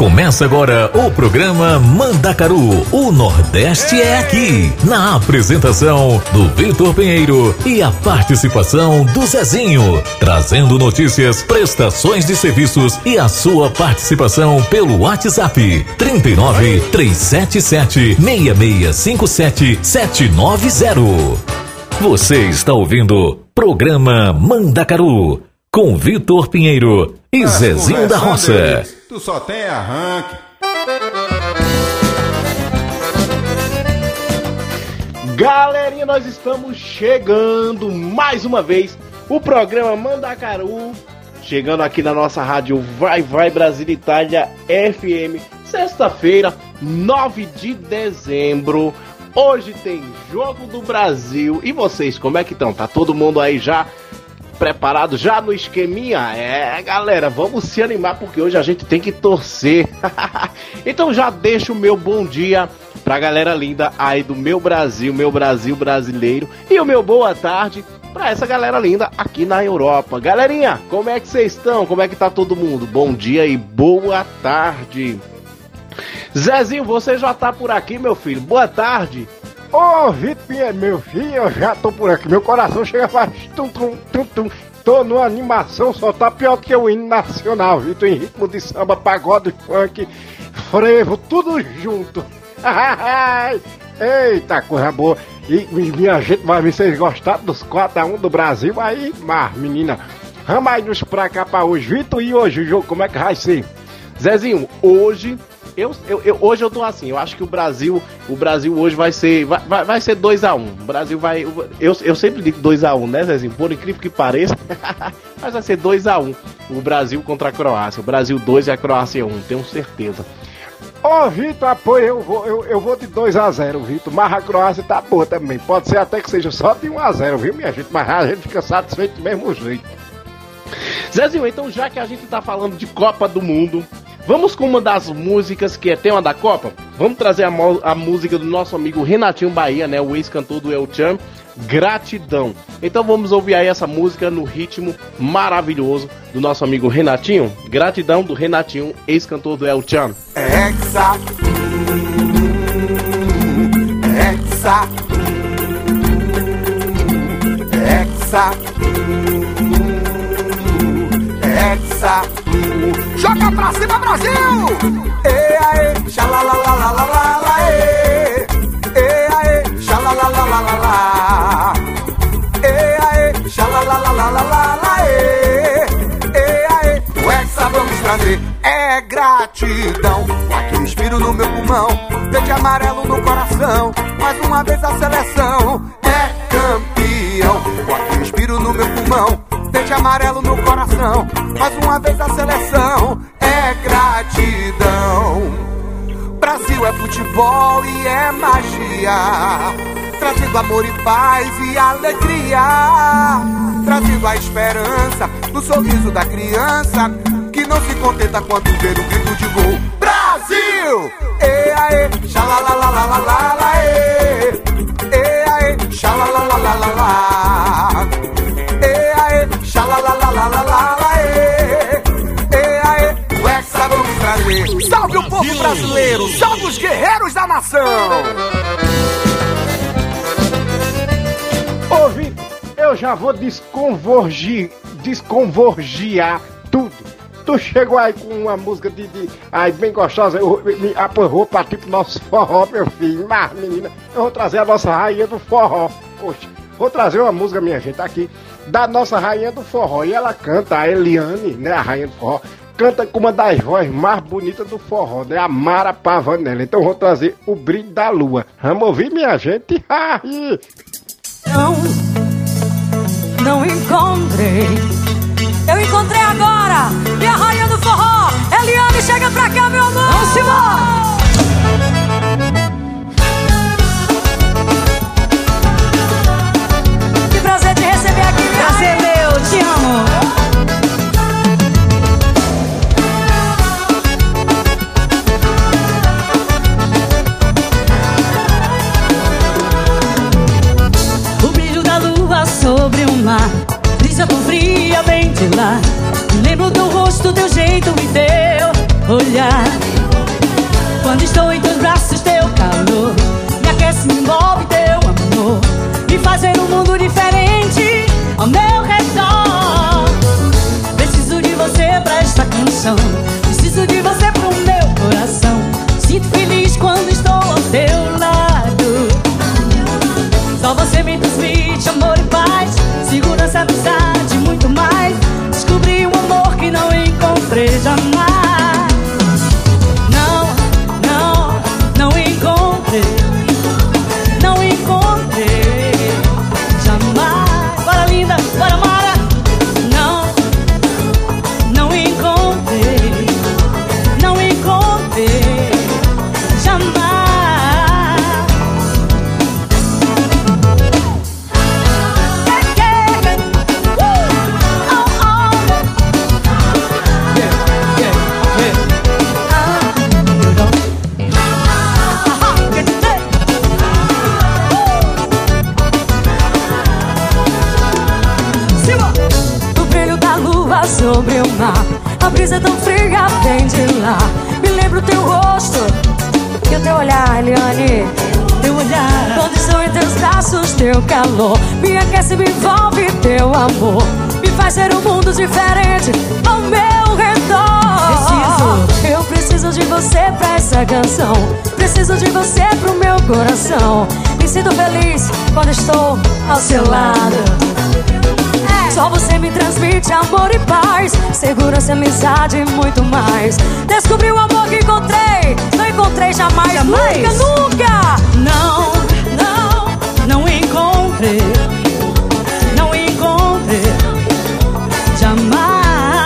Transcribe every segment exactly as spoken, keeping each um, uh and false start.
Começa agora o programa Mandacaru, o Nordeste é aqui. Na apresentação do Vitor Pinheiro e a participação do Zezinho, trazendo notícias, prestações de serviços e a sua participação pelo WhatsApp trinta e nove, três sete sete, seis seis cinco sete, sete nove zero. Você está ouvindo programa Mandacaru com Vitor Pinheiro e Zezinho da Roça. Tu só tem arranque. Galerinha, nós estamos chegando mais uma vez. O programa Mandacaru, chegando aqui na nossa rádio Vai Vai Brasil Itália F M. Sexta-feira, nove de dezembro. Hoje tem Jogo do Brasil. E vocês, como é que estão? Tá todo mundo aí já preparado, já no esqueminha? É, galera, vamos se animar porque hoje a gente tem que torcer. Então já deixo o meu bom dia pra galera linda aí do meu Brasil, meu Brasil brasileiro. E o meu boa tarde pra essa galera linda aqui na Europa. Galerinha, como é que vocês estão? Como é que tá todo mundo? Bom dia e boa tarde. Zezinho, você já tá por aqui, meu filho? Boa tarde. Ô, Vitor Pinheiro, meu filho, eu já tô por aqui. Meu coração chega faz tum, tum, tum, tum. Tô numa animação, só tá pior do que o hino nacional, Vitor, em ritmo de samba, pagode, funk, frevo, tudo junto. Eita, coisa boa. E minha gente, vai ver vocês gostaram dos quatro a um do Brasil aí, mas, menina, vamos aí nos pra cá pra hoje, Vitor, e hoje o jogo, como é que vai ser? Zezinho, hoje... Eu, eu, eu, hoje eu tô assim, eu acho que o Brasil, o Brasil hoje vai ser, vai, vai, vai ser dois a um. O Brasil vai, eu, eu sempre digo dois a um, né, Zezinho? Por incrível que pareça, mas vai ser dois a um. O Brasil contra a Croácia. O Brasil dois e a Croácia um, tenho certeza. Ô, Vitor, apoio, eu vou, eu, eu vou de dois a zero, Vitor. Mas a Croácia tá boa também. Pode ser até que seja só de um a zero, viu, minha gente? Mas a gente fica satisfeito do mesmo jeito. Zezinho, então já que a gente tá falando de Copa do Mundo, vamos com uma das músicas que é tema da Copa? Vamos trazer a, a música do nosso amigo Renatinho Bahia, né? O ex-cantor do El Chan, Gratidão. Então vamos ouvir aí essa música no ritmo maravilhoso do nosso amigo Renatinho. Gratidão do Renatinho, ex-cantor do El Chan. Hexa, Hexa, Hexa, Hexa. Joga pra cima, Brasil! Ei, aê, xalalalalala, ei, ei, aê, xalalalalala, ei, aê, xalalalalala, ei, ei, aê, o Hexa vamos trazer é gratidão. Aqui eu inspiro no meu pulmão, verde e amarelo no coração, mais uma vez a seleção é campeão. Aqui eu inspiro no meu pulmão, verde e amarelo no coração, mais uma vez a seleção é gratidão. Brasil é futebol e é magia, trazendo amor e paz e alegria, trazendo a esperança no sorriso da criança que não se contenta quando vê o grito de gol. Brasil! Ei, aê, xalalalalala, ei, ei, aê, xalalalalala, ei, aê, xalalalalala, ei, ei, aê, o Hexa vamos trazer. Salve o povo brasileiro, salve os guerreiros da nação! Ô, Vitor, eu já vou desconvorgir, desconvorgiar tudo. Tu chegou aí com uma música de, de aí bem gostosa, eu, me apoiou pra tipo nosso forró, meu filho. Mas, menina, eu vou trazer a nossa rainha do forró. Poxa, vou trazer uma música, minha gente, aqui, da nossa rainha do forró. E ela canta, a Eliane, né, a rainha do forró, canta com uma das vozes mais bonitas do forró, né, a Mara Pavanelli. Então eu vou trazer O Brilho da Lua. Vamos ouvir, minha gente? Não, não encontrei. Eu encontrei agora, minha rainha do forró, Eliane, chega pra cá, meu amor! Vamos embora! Que prazer te receber aqui, minha prazer rainha. Meu, te amo! O brilho da lua sobre o mar, brisa tão fria vem de lá. Lembro teu rosto, teu jeito e teu olhar. Quando estou em teus braços, teu calor me aquece, me envolve, teu amor me fazer um mundo diferente ao meu redor. Preciso de você pra esta canção, preciso de você pro meu coração. Sinto feliz quando estou ao teu lado. Só você me transmite amor e paz, segurança, amizade, muito mais. Descobri um amor que não encontrei jamais. Não, não, não encontrei, não encontrei jamais. Bora linda, bora Mara. Não, não encontrei, não encontrei jamais. Sobre o mar, a brisa tão fria vem de lá. Me lembro teu rosto e o teu olhar, Eliane. Teu olhar, quando estou em teus braços, teu calor me aquece, me envolve, teu amor me faz ser um mundo diferente ao meu redor. Preciso, eu preciso de você pra essa canção, preciso de você pro meu coração. Me sinto feliz quando estou ao seu lado. Só você me transmite amor e paz, segurança, amizade e muito mais. Descobri o amor que encontrei, não encontrei jamais, jamais. Nunca, nunca. Não, não, não encontrei, não encontrei jamais.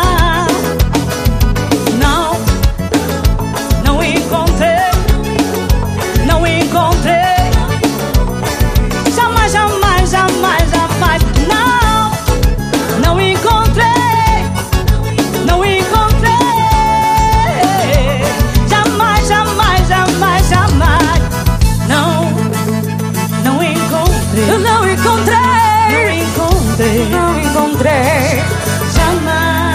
Não, não encontrei, não encontrei jamais, jamais, jamais, jamais. Não encontrei, não encontrei, jamais, jamais, jamais, jamais. Não, não encontrei, eu não encontrei, não encontrei, não encontrei, jamais.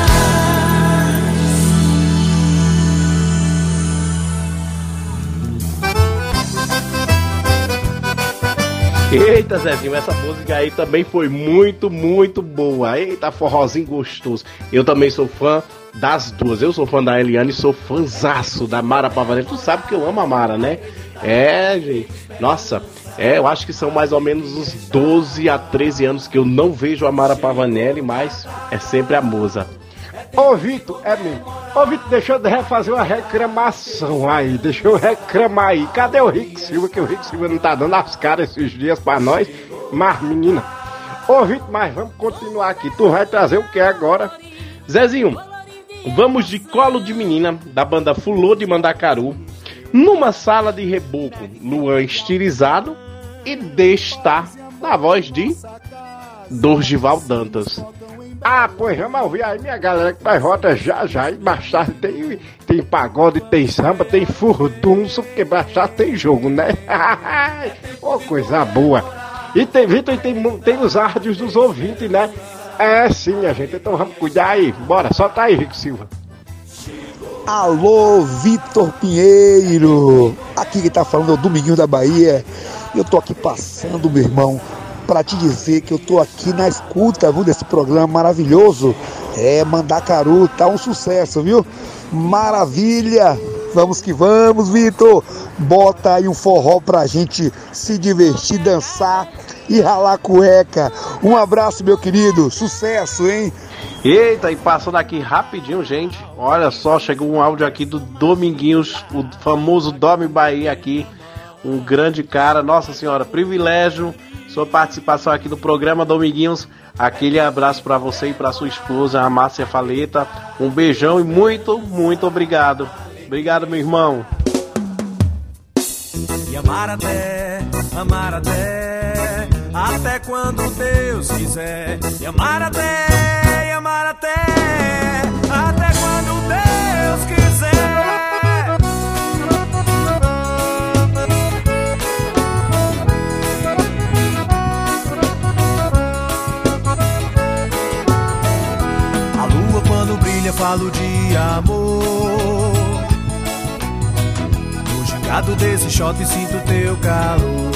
Eita, Zezinho, essa música aí também foi muito, muito boa. Eita, forrozinho gostoso. Eu também sou fã das duas. Eu sou fã da Eliane e sou fãzaço da Mara Pavanelli. Tu sabe que eu amo a Mara, né? É, gente. Nossa, é, eu acho que são mais ou menos uns doze a treze anos que eu não vejo a Mara Pavanelli, mas é sempre a musa. Ô Vitor, é mesmo. Ô Vitor, deixa eu refazer uma reclamação aí. Deixa eu reclamar aí. Cadê o Rick Silva? Que o Rick Silva não tá dando as caras esses dias pra nós. Mas, menina. Ô Vitor, mas vamos continuar aqui. Tu vai trazer o que agora? Zezinho, vamos de Colo de Menina, da banda Fulô de Mandacaru, numa sala de reboco, Luan estilizado e Desta, na voz de Dorgival Dantas. Ah, pois vamos ouvir aí, minha galera, que vai volta já já. E mais tarde tem, tem pagode, tem samba, tem furdunço, porque mais tarde tem jogo, né? Ô, oh, coisa boa. E tem, Vitor, e tem, tem os áudios dos ouvintes, né? É sim, minha gente, então vamos cuidar aí. Bora, solta aí, Rico Silva. Alô, Vitor Pinheiro. Aqui que tá falando é o Dominguinho da Bahia. Eu tô aqui passando, meu irmão, para te dizer que eu tô aqui na escuta, viu, desse programa maravilhoso. É, Mandacaru, tá um sucesso, viu? Maravilha! Vamos que vamos, Vitor! Bota aí um forró pra gente se divertir, dançar e ralar cueca. Um abraço, meu querido, sucesso, hein? Eita, e passando aqui rapidinho, gente. Olha só, chegou um áudio aqui do Dominguinhos, o famoso Domi Bahia aqui. Um grande cara, nossa senhora, privilégio sua participação aqui no programa, Dominguinhos. Aquele abraço para você e para sua esposa, a Márcia Faleta. Um beijão e muito, muito obrigado. Obrigado, meu irmão. E amar até, amar até, até quando Deus quiser. E amar até, e amar até, até quando Deus quiser. Quando brilha falo de amor, ligado desse shot e sinto teu calor.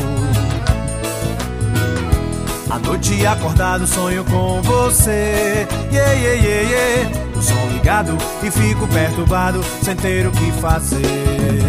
À noite acordado sonho com você, yeah, yeah, yeah, yeah. O som ligado e fico perturbado sem ter o que fazer.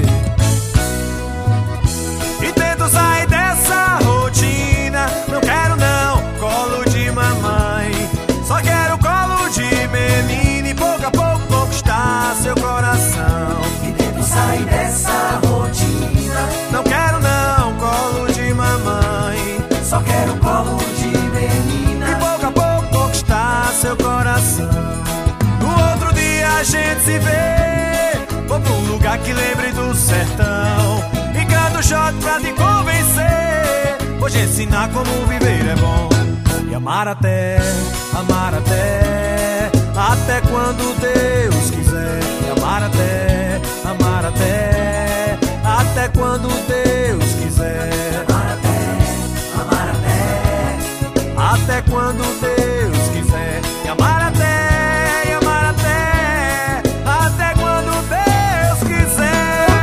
E tento sair dessa rotina, não quero não colo de mamãe, só quero colo de menina e pouco a pouco conquistar seu coração. E tento sair dessa rotina, não quero não colo de mamãe, só quero colo de menina e pouco a pouco conquistar seu coração. No outro dia a gente se vê, vou pra um lugar que lembre do sertão e canto shot pra te convencer. Hoje ensinar como viver é bom e amar até, amar até, até quando Deus quiser. E amar até, amar até, até quando Deus quiser. Amar até, amar até, até quando Deus quiser. E amar até, e amar até, até quando Deus quiser.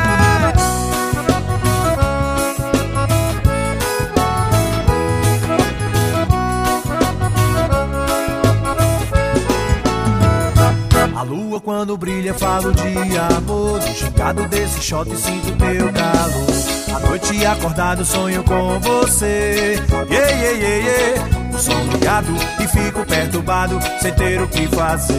A lua quando brilha falo de amor, no chegado desse shot e sinto teu calor. À noite acordado sonho com você, yeah, yeah, yeah, yeah. O som ligado e fico perturbado sem ter o que fazer.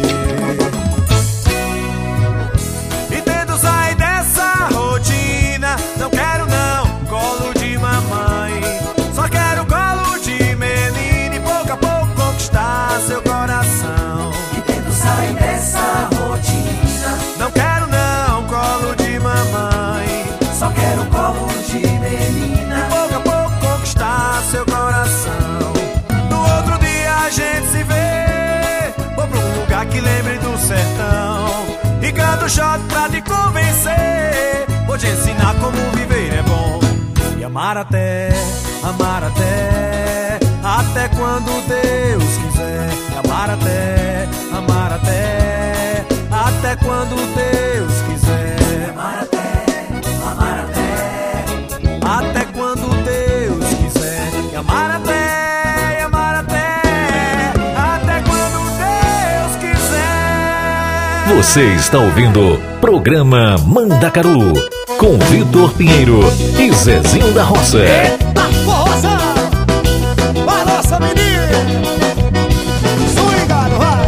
E tento sair dessa rotina, não quero não colo de mamãe, só quero colo de menina e pouco a pouco conquistar seu coração. E tento sair dessa rotina, não quero não colo de mamãe, só quero colo de menina e pouco a pouco conquistar seu coração. No outro dia a gente se vê, vou pra um lugar que lembre do sertão e canto shot pra te convencer. Vou te ensinar como viver é bom e amar até, amar até, até quando Deus quiser. E amar até, amar até, até quando Deus quiser. Amar até, amar até, até quando Deus quiser. E amar até, e amar até, até quando Deus quiser. Você está ouvindo Programa Mandacaru com Vitor Pinheiro e Zezinho da Roça. Eita força! Vai nossa menina! Swingado, vai!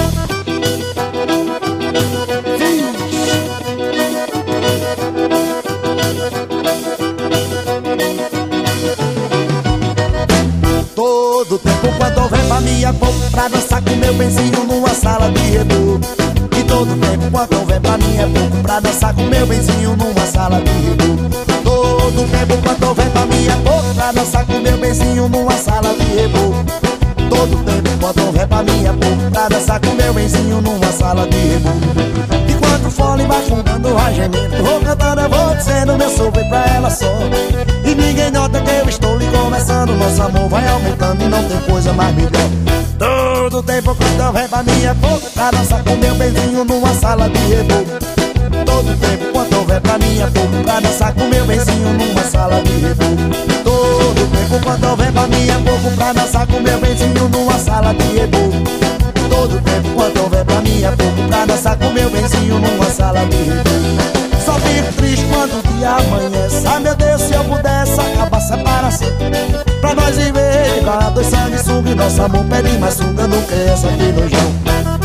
Todo tempo quando eu venho pra minha boca pra dançar com meu benzinho numa sala de rebu. E todo tempo quando eu venho pra minha boca pra dançar com meu benzinho numa sala de rebu. Todo tempo quando eu venho pra minha boca pra dançar com meu benzinho numa sala de rebu. Todo tempo quando eu venho pra minha boca pra dançar com meu benzinho numa sala de rebu. Enquanto o fole vai fundando o gemendo, vou cantando, eu vou dizendo meu sorvete pra ela só. E ninguém nota que eu estou lhe conversando, nosso amor vai aumentando e não tem coisa mais melhor. Todo tempo quando eu venho pra minha boca pra dançar com meu benzinho numa sala de rebu. Todo tempo quando eu venho pra minha boca pra dançar com meu benzinho numa sala de rebu. Todo tempo quando eu venho pra minha boca pra dançar com meu benzinho numa sala de rebu. Todo tempo quando eu venho pra minha boca pra dançar com meu benzinho numa sala de rebu. Só fico triste quando o dia amanhece. Ai meu Deus, se eu pudesse acabar a separação, pra nós viver igual a dois sanguessuga e nosso amor pede mais sunga do que essa aqui no chão.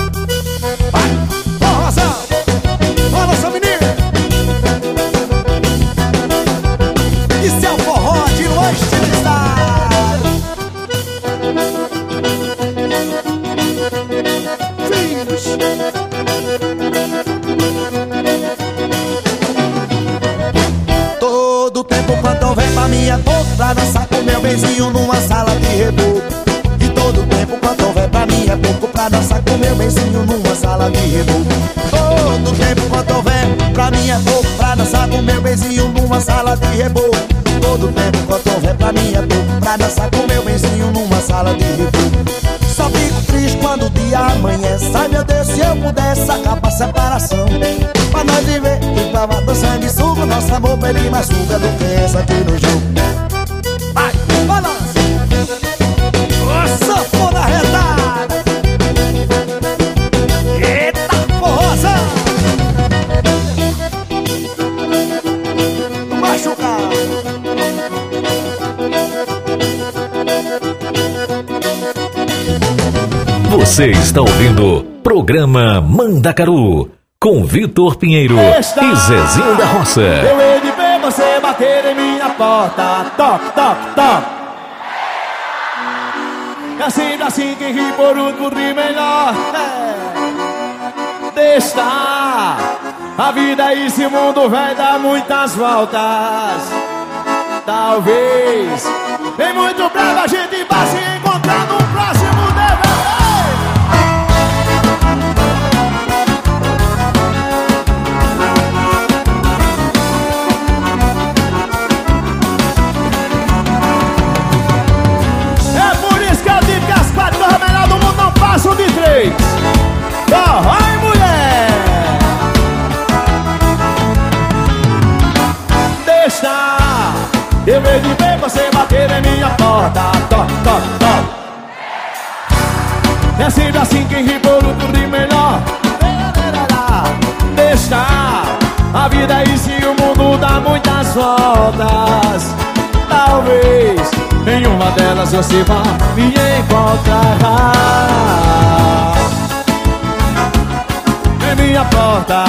Vai, forrozão, fala essa menina. Isso é o forró de Luan estilizado. Filhos. Todo tempo quando eu venho pra minha boca pra dançar com meu benzinho numa sala de rebu. E todo tempo quando eu venho pra minha boca pra dançar com meu benzinho numa sala de rebu. Todo tempo quando eu venho pra minha boca pra dançar com meu benzinho numa sala de rebu. Todo tempo quando eu venho pra minha boca pra dançar com meu benzinho numa sala de rebu. Só fico triste quando o dia amanhece. Ai meu Deus, se eu pudesse acabar a separação, pra nós viver igual a dois sanguessuga, nosso amor vou pedir mais fuga do que essa aqui no jogo. Vai, balança! Ô, sanfona retada! Eita, porrosa! Machucado! Você está ouvindo Programa Mandacaru com Vitor Pinheiro Está. e Zezinho da Roça. Eu hei de ver você bater em minha porta. Toc, toc, toc. É sempre assim que ri por último ri melhor. É. Deixa. A vida e esse mundo vai dar muitas voltas. Talvez em muito breve a gente vá se encontrar no próximo D V D. Passo de três. Ó, vai, mulher. Deixa. Eu hei de ver você bater em minha porta. Toc, toc, toc. É sempre assim quem ri por outro ri melhor. Deixa. A vida é isso e o mundo dá muitas voltas. Talvez em uma delas você vá me encontrar. Em minha porta.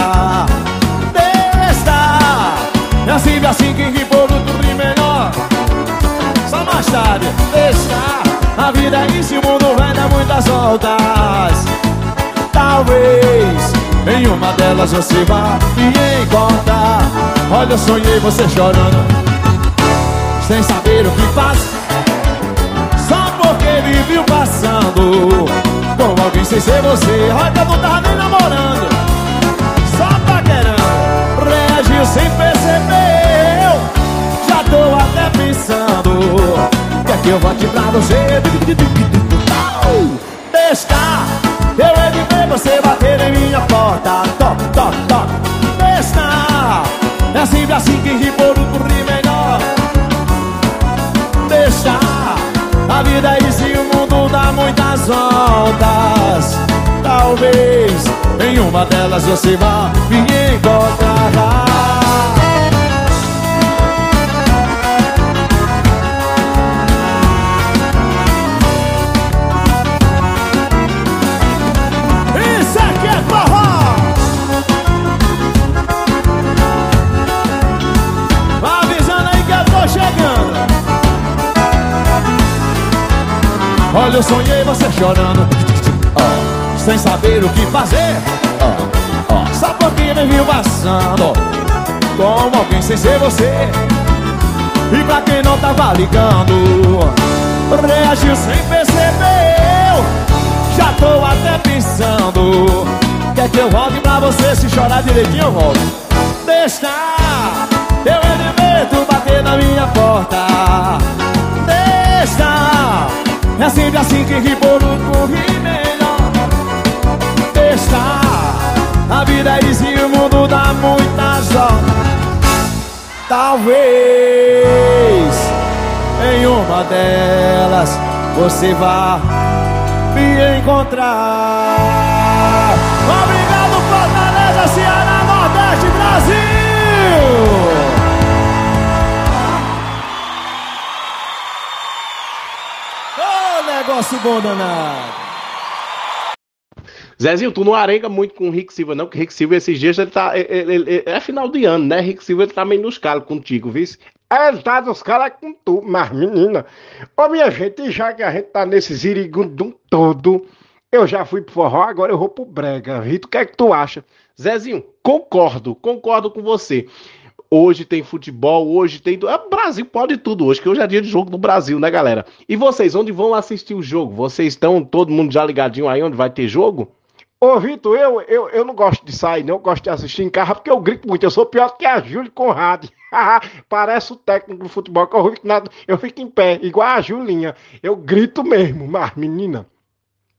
Deixa. É sempre assim que ri por outro ri melhor. Só mais tarde. Deixa. A vida é isso e o mundo vai dar muitas voltas. Talvez em uma delas você vá me encontrar. Olha, eu sonhei você chorando sem saber o que faz, só porque me viu passando com alguém sem ser você. Olha, eu não tava nem namorando, só paquerando. Reagiu sem perceber, eu já tô até pensando quer que eu volte pra você. Deixa, eu hei de ver você bater em minha porta. Toc, toc, toc. Deixa, é sempre assim que ri por outro ri melhor. Deixa, a vida é isso e o mundo dá muitas voltas. Talvez em uma delas você vá me encontrar. Isso aqui é forró. Avisando aí que eu tô chegando. Olha, eu sonhei você chorando, oh, sem saber o que fazer, oh, oh, só porque me viu passando com alguém sem ser você. E pra quem não tava ligando, reagiu sem perceber. Eu já tô até pensando quer que eu volte pra você. Se chorar direitinho eu volto. Deixa, eu hei de ver tu bater na minha porta. Deixa, é sempre assim que ri por outro ri melhor. Deixa, a vida é isso e o mundo dá muitas voltas. Talvez em uma delas você vá me encontrar. Obrigado, Fortaleza, Ceará, Nordeste, Brasil! Negócio bom danado. Zezinho, tu não arenga muito com o Rick Silva, não, porque Rick Silva esses dias ele tá. Ele, ele, ele, é final de ano, né? Rick Silva ele tá meio nos calos contigo, viu? É, tá dos caras com tu, mas menina. Ô minha gente, já que a gente tá nesse zirigundum todo, eu já fui pro forró, agora eu vou pro brega. Rito, o que é que tu acha? Zezinho, concordo, concordo com você. Hoje tem futebol, hoje tem... O Brasil pode tudo hoje, que hoje é dia de jogo do Brasil, né, galera? E vocês, onde vão assistir o jogo? Vocês estão todo mundo já ligadinho aí onde vai ter jogo? Ô, Vitor, eu, eu, eu não gosto de sair, não. Eu gosto de assistir em casa porque eu grito muito. Eu sou pior que a Júlia Conrado. Parece o técnico do futebol, que eu fico, na, eu fico em pé, igual a Julinha. Eu grito mesmo, mas menina...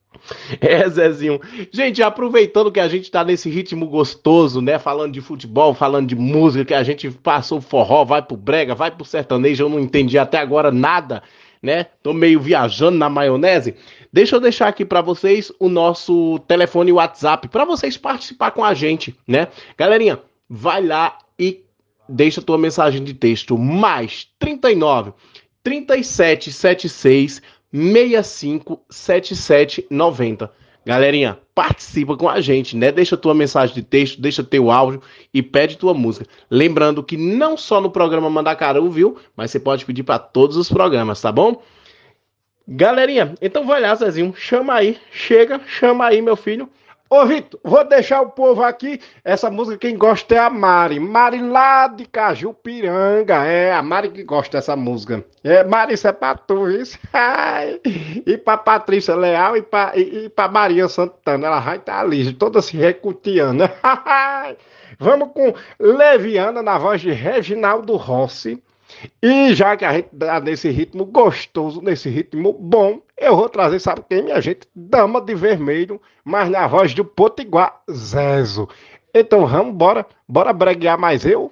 É, Zezinho. Gente, aproveitando que a gente tá nesse ritmo gostoso, né? Falando de futebol, falando de música, que a gente passou o forró, vai pro brega, vai pro sertanejo, eu não entendi até agora nada, né? Tô meio viajando na maionese. Deixa eu deixar aqui pra vocês o nosso telefone WhatsApp, pra vocês participar com a gente, né? Galerinha, vai lá e deixa tua mensagem de texto, mais trinta e nove, trinta e sete, setenta e seis, sessenta e cinco, setenta e sete, noventa. Galerinha, participa com a gente, né? Deixa tua mensagem de texto, deixa teu áudio e pede tua música. Lembrando que não só no programa Mandacaru, viu? Mas você pode pedir para todos os programas, tá bom? Galerinha, então vai lá, Zezinho, chama aí, chega, chama aí, meu filho. Ô, Vitor, vou deixar o povo aqui. Essa música quem gosta é a Mari. Mari lá de Cajupiranga. É, a Mari que gosta dessa música. É, Mari, isso é pra tu, isso. E pra Patrícia Leal e pra, e, e pra Maria Santana. Ela vai estar ali, toda se recutiando. Vamos com Leviana na voz de Reginaldo Rossi. E já que a gente tá nesse ritmo gostoso, nesse ritmo bom, eu vou trazer, sabe quem, minha gente? Dama de Vermelho, mas na voz do Potiguar, Zezo. Então vamos, bora, bora breguear mais eu?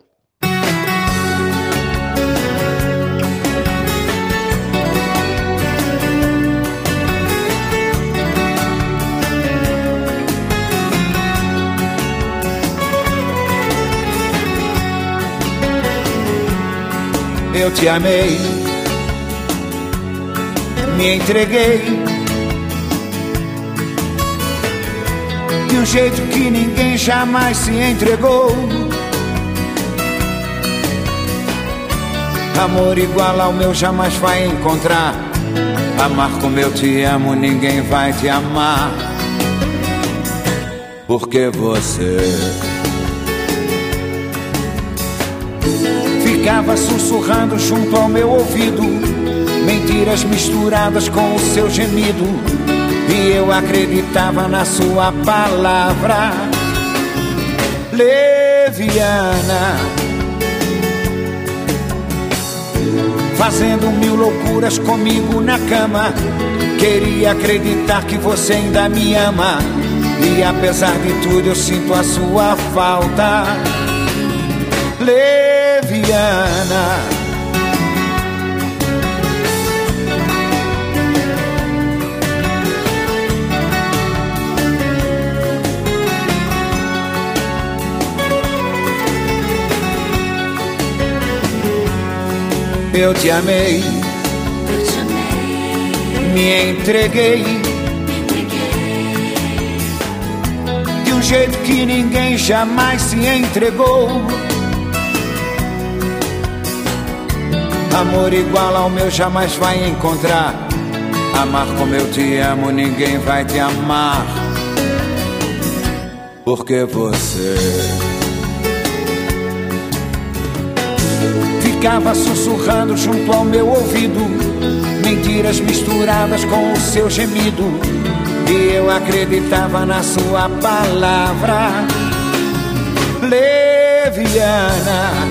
Eu te amei, me entreguei de um jeito que ninguém jamais se entregou. Amor igual ao meu jamais vai encontrar. Amar como eu te amo, ninguém vai te amar. Porque você ficava sussurrando junto ao meu ouvido, mentiras misturadas com o seu gemido, e eu acreditava na sua palavra. Leviana, fazendo mil loucuras comigo na cama, queria acreditar que você ainda me ama, e apesar de tudo eu sinto a sua falta. Leviana, eu te amei, me entreguei de um jeito que ninguém jamais se entregou. Amor igual ao meu jamais vai encontrar. Amar como eu te amo, ninguém vai te amar. Porque você ficava sussurrando junto ao meu ouvido, mentiras misturadas com o seu gemido, e eu acreditava na sua palavra. Leviana,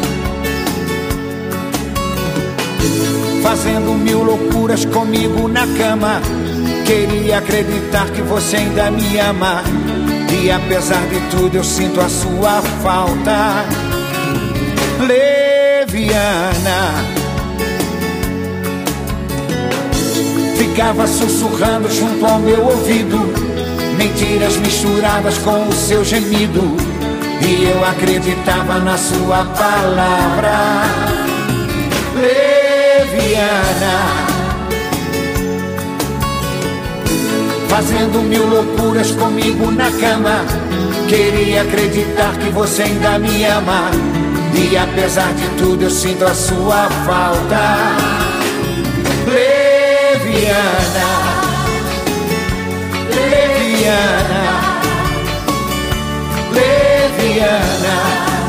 fazendo mil loucuras comigo na cama, queria acreditar que você ainda me ama, e apesar de tudo eu sinto a sua falta. Leviana, ficava sussurrando junto ao meu ouvido, mentiras misturadas com o seu gemido, e eu acreditava na sua palavra. Leviana, fazendo mil loucuras comigo na cama, queria acreditar que você ainda me ama, e apesar de tudo eu sinto a sua falta. Leviana, Leviana, Leviana,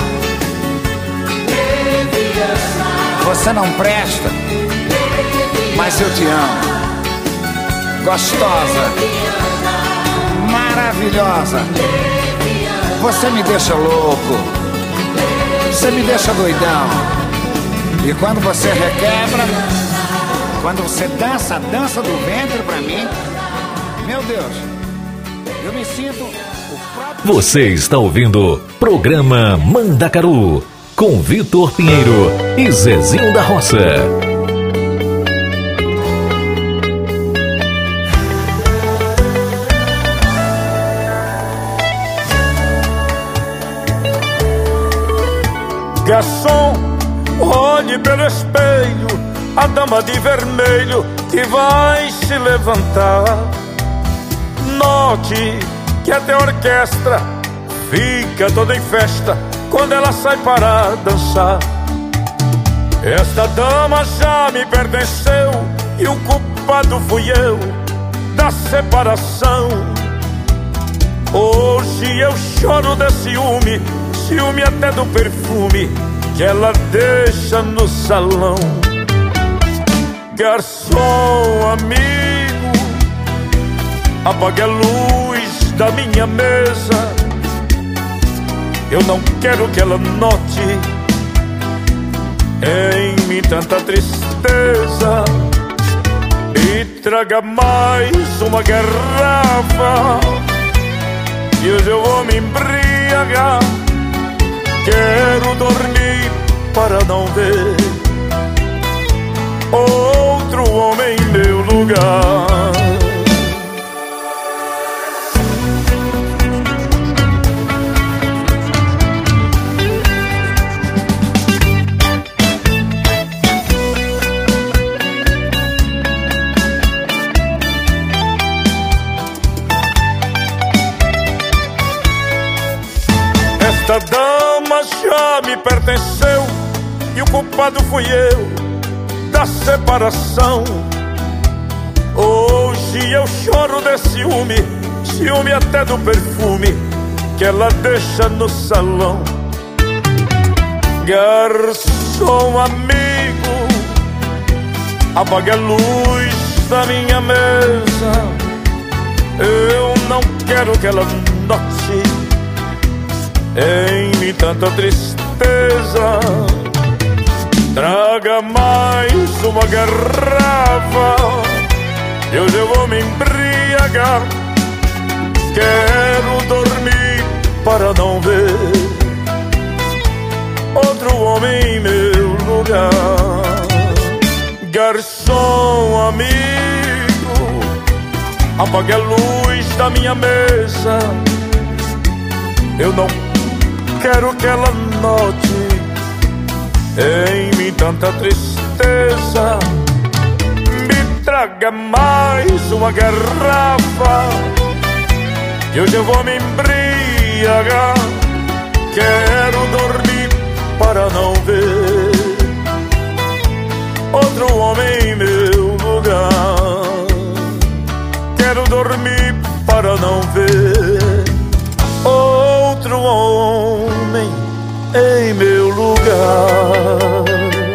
Leviana. Você não presta, mas eu te amo. Gostosa, maravilhosa. Você me deixa louco, você me deixa doidão. E quando você requebra, quando você dança a dança do ventre pra mim, Meu Deus, eu me sinto o próprio... Você está ouvindo Programa Mandacaru com Vitor Pinheiro e Zezinho da Roça. Garçom, olhe pelo espelho a dama de vermelho que vai se levantar. Note que até a orquestra fica toda em festa quando ela sai para dançar. Esta dama já me pertenceu e o culpado fui eu da separação. Hoje eu choro de ciúme, ciúme até do perfume que ela deixa no salão. Garçom, amigo, apague a luz da minha mesa. Eu não quero que ela note em mim tanta tristeza. E traga mais uma garrafa, e hoje eu vou me embriagar. Quero dormir para não ver outro homem em meu lugar. Esta dama já me pertenceu e o culpado fui eu da separação. Hoje eu choro de ciúme, ciúme até do perfume que ela deixa no salão. Garçom, amigo, apague a luz da minha mesa. Eu não quero que ela note em mim tanta tristeza. Traga mais uma garrafa, e hoje eu vou me embriagar. Quero dormir para não ver outro homem em meu lugar. Garçom, amigo, apague a luz da minha mesa. Eu não quero que ela note em mim tanta tristeza. Me traga mais uma garrafa, e hoje eu vou me embriagar. Quero dormir para não ver outro homem em meu lugar. Quero dormir para não ver outro homem em meu lugar.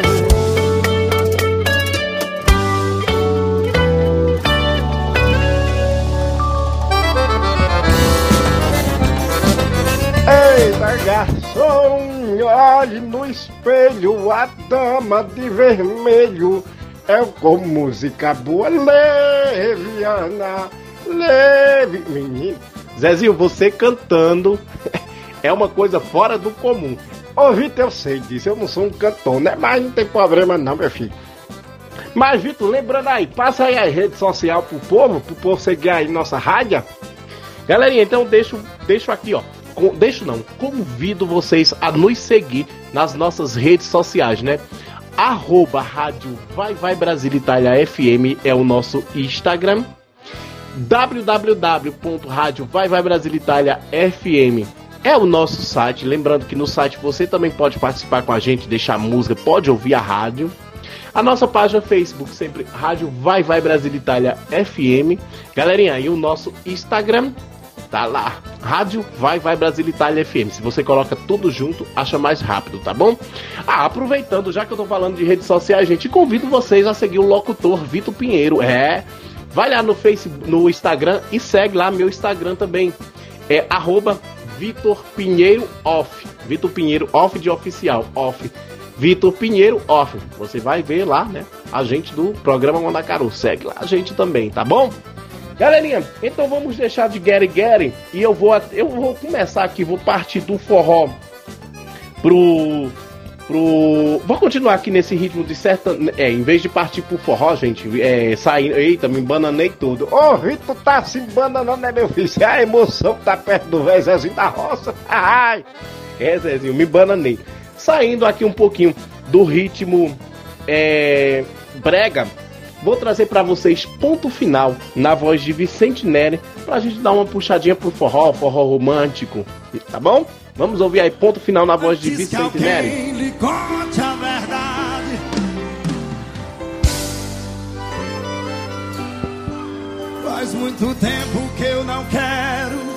Eita, garçom, olhe no espelho a dama de vermelho. É com música boa, leviana, leve. Menino, Zezinho, você cantando é uma coisa fora do comum. Ô Vitor, eu sei disso, eu não sou um cantor, né? Mas não tem problema não, meu filho. Mas Vitor, lembrando aí, passa aí a rede social pro povo, pro povo seguir aí nossa rádio. Galerinha, então deixo, deixo aqui, ó. Com, deixo não, convido vocês a nos seguir nas nossas redes sociais, né? Arroba Rádio Vai Vai Brasil Itália F M é o nosso Instagram. w w w ponto rádio vai vai brasil itália f m é o nosso site. Lembrando que no site você também pode participar com a gente, deixar música, pode ouvir a rádio. A nossa página Facebook, sempre Rádio Vai Vai Brasil Itália F M. Galerinha, e o nosso Instagram tá lá, Rádio Vai Vai Brasil Itália F M. Se você coloca tudo junto, acha mais rápido, tá bom? Ah, aproveitando, já que eu tô falando de redes sociais, gente, convido vocês a seguir o locutor Vitor Pinheiro. É, vai lá no Facebook, no Instagram e segue lá meu Instagram também. É arroba Vitor Pinheiro Off. Vitor Pinheiro Off de oficial. Off. Vitor Pinheiro Off. Você vai ver lá, né? A gente do programa Mandacaru. Segue lá a gente também, tá bom? Galerinha, então vamos deixar de Gary Gary e eu vou, eu vou começar aqui, vou partir do forró pro... pro... Vou continuar aqui nesse ritmo de certa... É, em vez de partir pro forró, gente, é, saindo... Eita, me embananei tudo. Ô, Vitor, tá se embananando, né, meu filho? É a emoção que tá perto do velho Zezinho da Roça. Ai! É, Zezinho, me bananei. Saindo aqui um pouquinho do ritmo é, brega, vou trazer pra vocês Ponto Final, na voz de Vicente Neri, pra gente dar uma puxadinha pro forró, forró romântico, tá bom? Vamos ouvir aí Ponto Final na voz de Diz Vicente que Neri. alguém lhe conte a verdade. Faz muito tempo que eu não quero.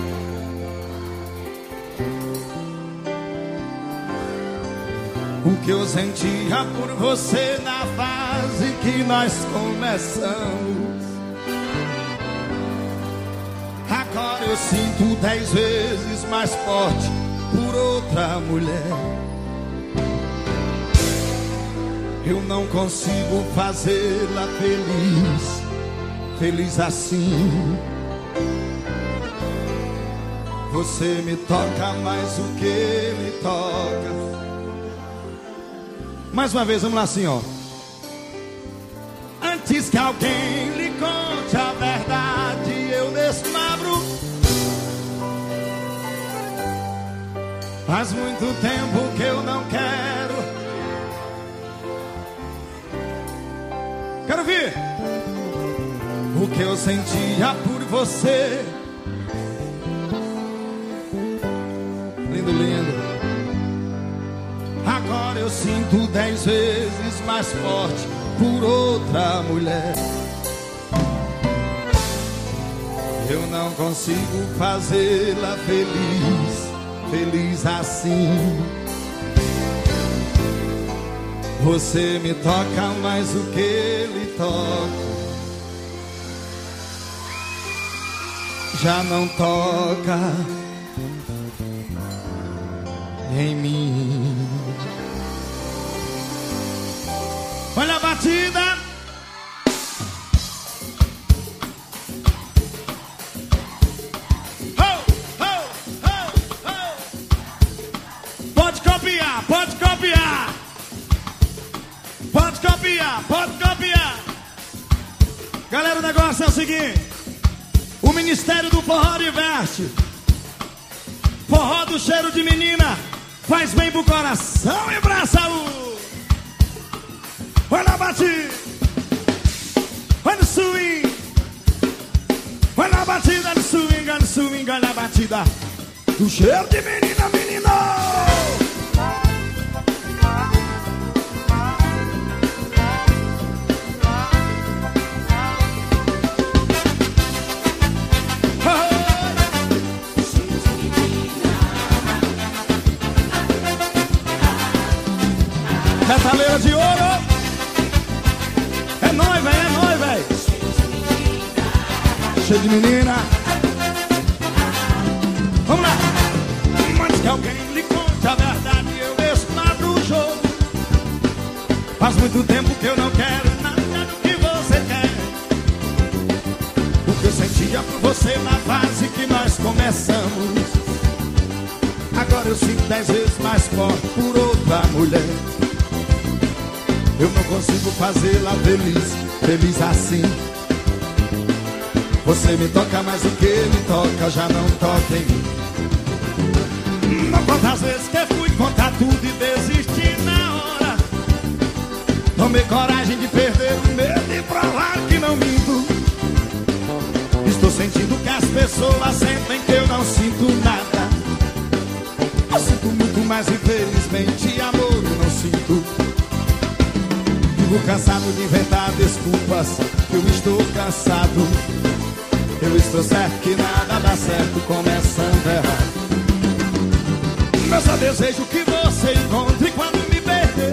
O que eu sentia por você na fase que nós começamos. Agora eu sinto dez vezes mais forte por outra mulher. Eu não consigo fazê-la feliz, feliz assim. Você me toca mais do que ele toca. Mais uma vez, vamos lá assim, ó. Antes que alguém lhe conte a verdade, eu desmabro. Faz muito tempo que eu não quero. Quero ver o que eu sentia por você. Lindo, lindo. Agora eu sinto dez vezes mais forte por outra mulher. Eu não consigo fazê-la feliz, feliz assim. Você me toca mais do que ele toca. Já não toca em mim. Olha a batida. Oh, oh, oh, oh. Pode copiar, pode copiar. Pode copiar, pode copiar. Galera, o negócio é o seguinte. O Ministério do Forró diverte. Forró do cheiro de menina faz bem pro coração e pra saúde. Vai na batida, vai no swing, vai na batida do swing, vai no swing, vai na batida do cheiro de menina, menino. Metaleira de ouro. É nóis, velho, é nóis, velho. Cheio de menina. Vamos lá. Antes que alguém lhe conte a verdade, eu desmadro o jogo. Faz muito tempo que eu não quero nada do que você quer. O que eu sentia por você na fase que nós começamos. Agora eu sinto dez vezes mais forte por outra mulher. Eu não consigo fazê-la feliz, feliz assim. Você me toca mais do que ele toca, já não toca em mim. Não quantas vezes que eu fui contar tudo e desisti na hora. Tomei coragem de perder o medo e provar que não minto. Estou sentindo que as pessoas sentem que eu não sinto nada. Eu sinto muito, mas infelizmente amor eu não sinto. Vivo cansado de inventar desculpas, que eu estou cansado. Eu estou certo que nada dá certo começando errado. Eu só desejo que você encontre quando me perder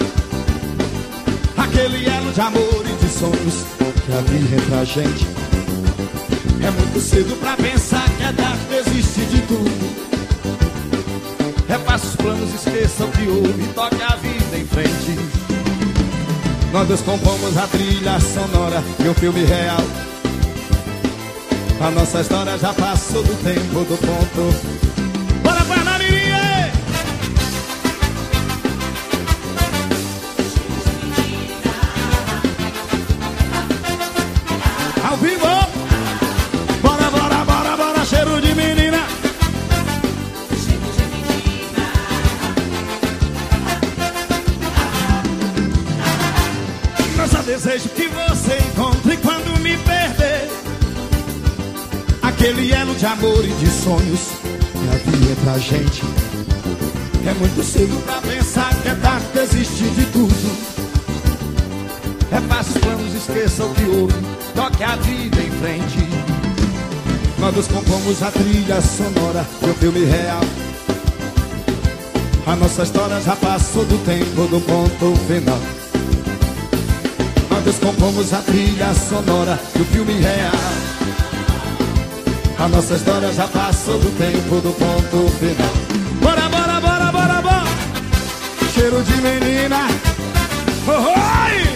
aquele elo de amor e de sonhos que havia entre a gente. É muito cedo pra pensar que a dar desiste de tudo. Repasse os planos, esqueça o que houve e toque a vida em frente. Nós dois compomos a trilha sonora de um filme real. A nossa história já passou do tempo do ponto. Bora, Bernardinha! Ao vivo! Bora, bora, bora, bora, cheiro de menina! Eu só desejo que você encontre quando me perder aquele elo de amor e de sonhos que havia pra gente. É muito cedo pra pensar que é tarde desistir de tudo. É fácil os planos, esqueça o que houve, toque a vida em frente. Nós nos compomos a trilha sonora do filme real. A nossa história já passou do tempo do ponto final. Nós nos compomos a trilha sonora do filme real. A nossa história já passou do tempo do ponto final. Bora, bora, bora, bora, bora! Cheiro de menina! Oh, oi!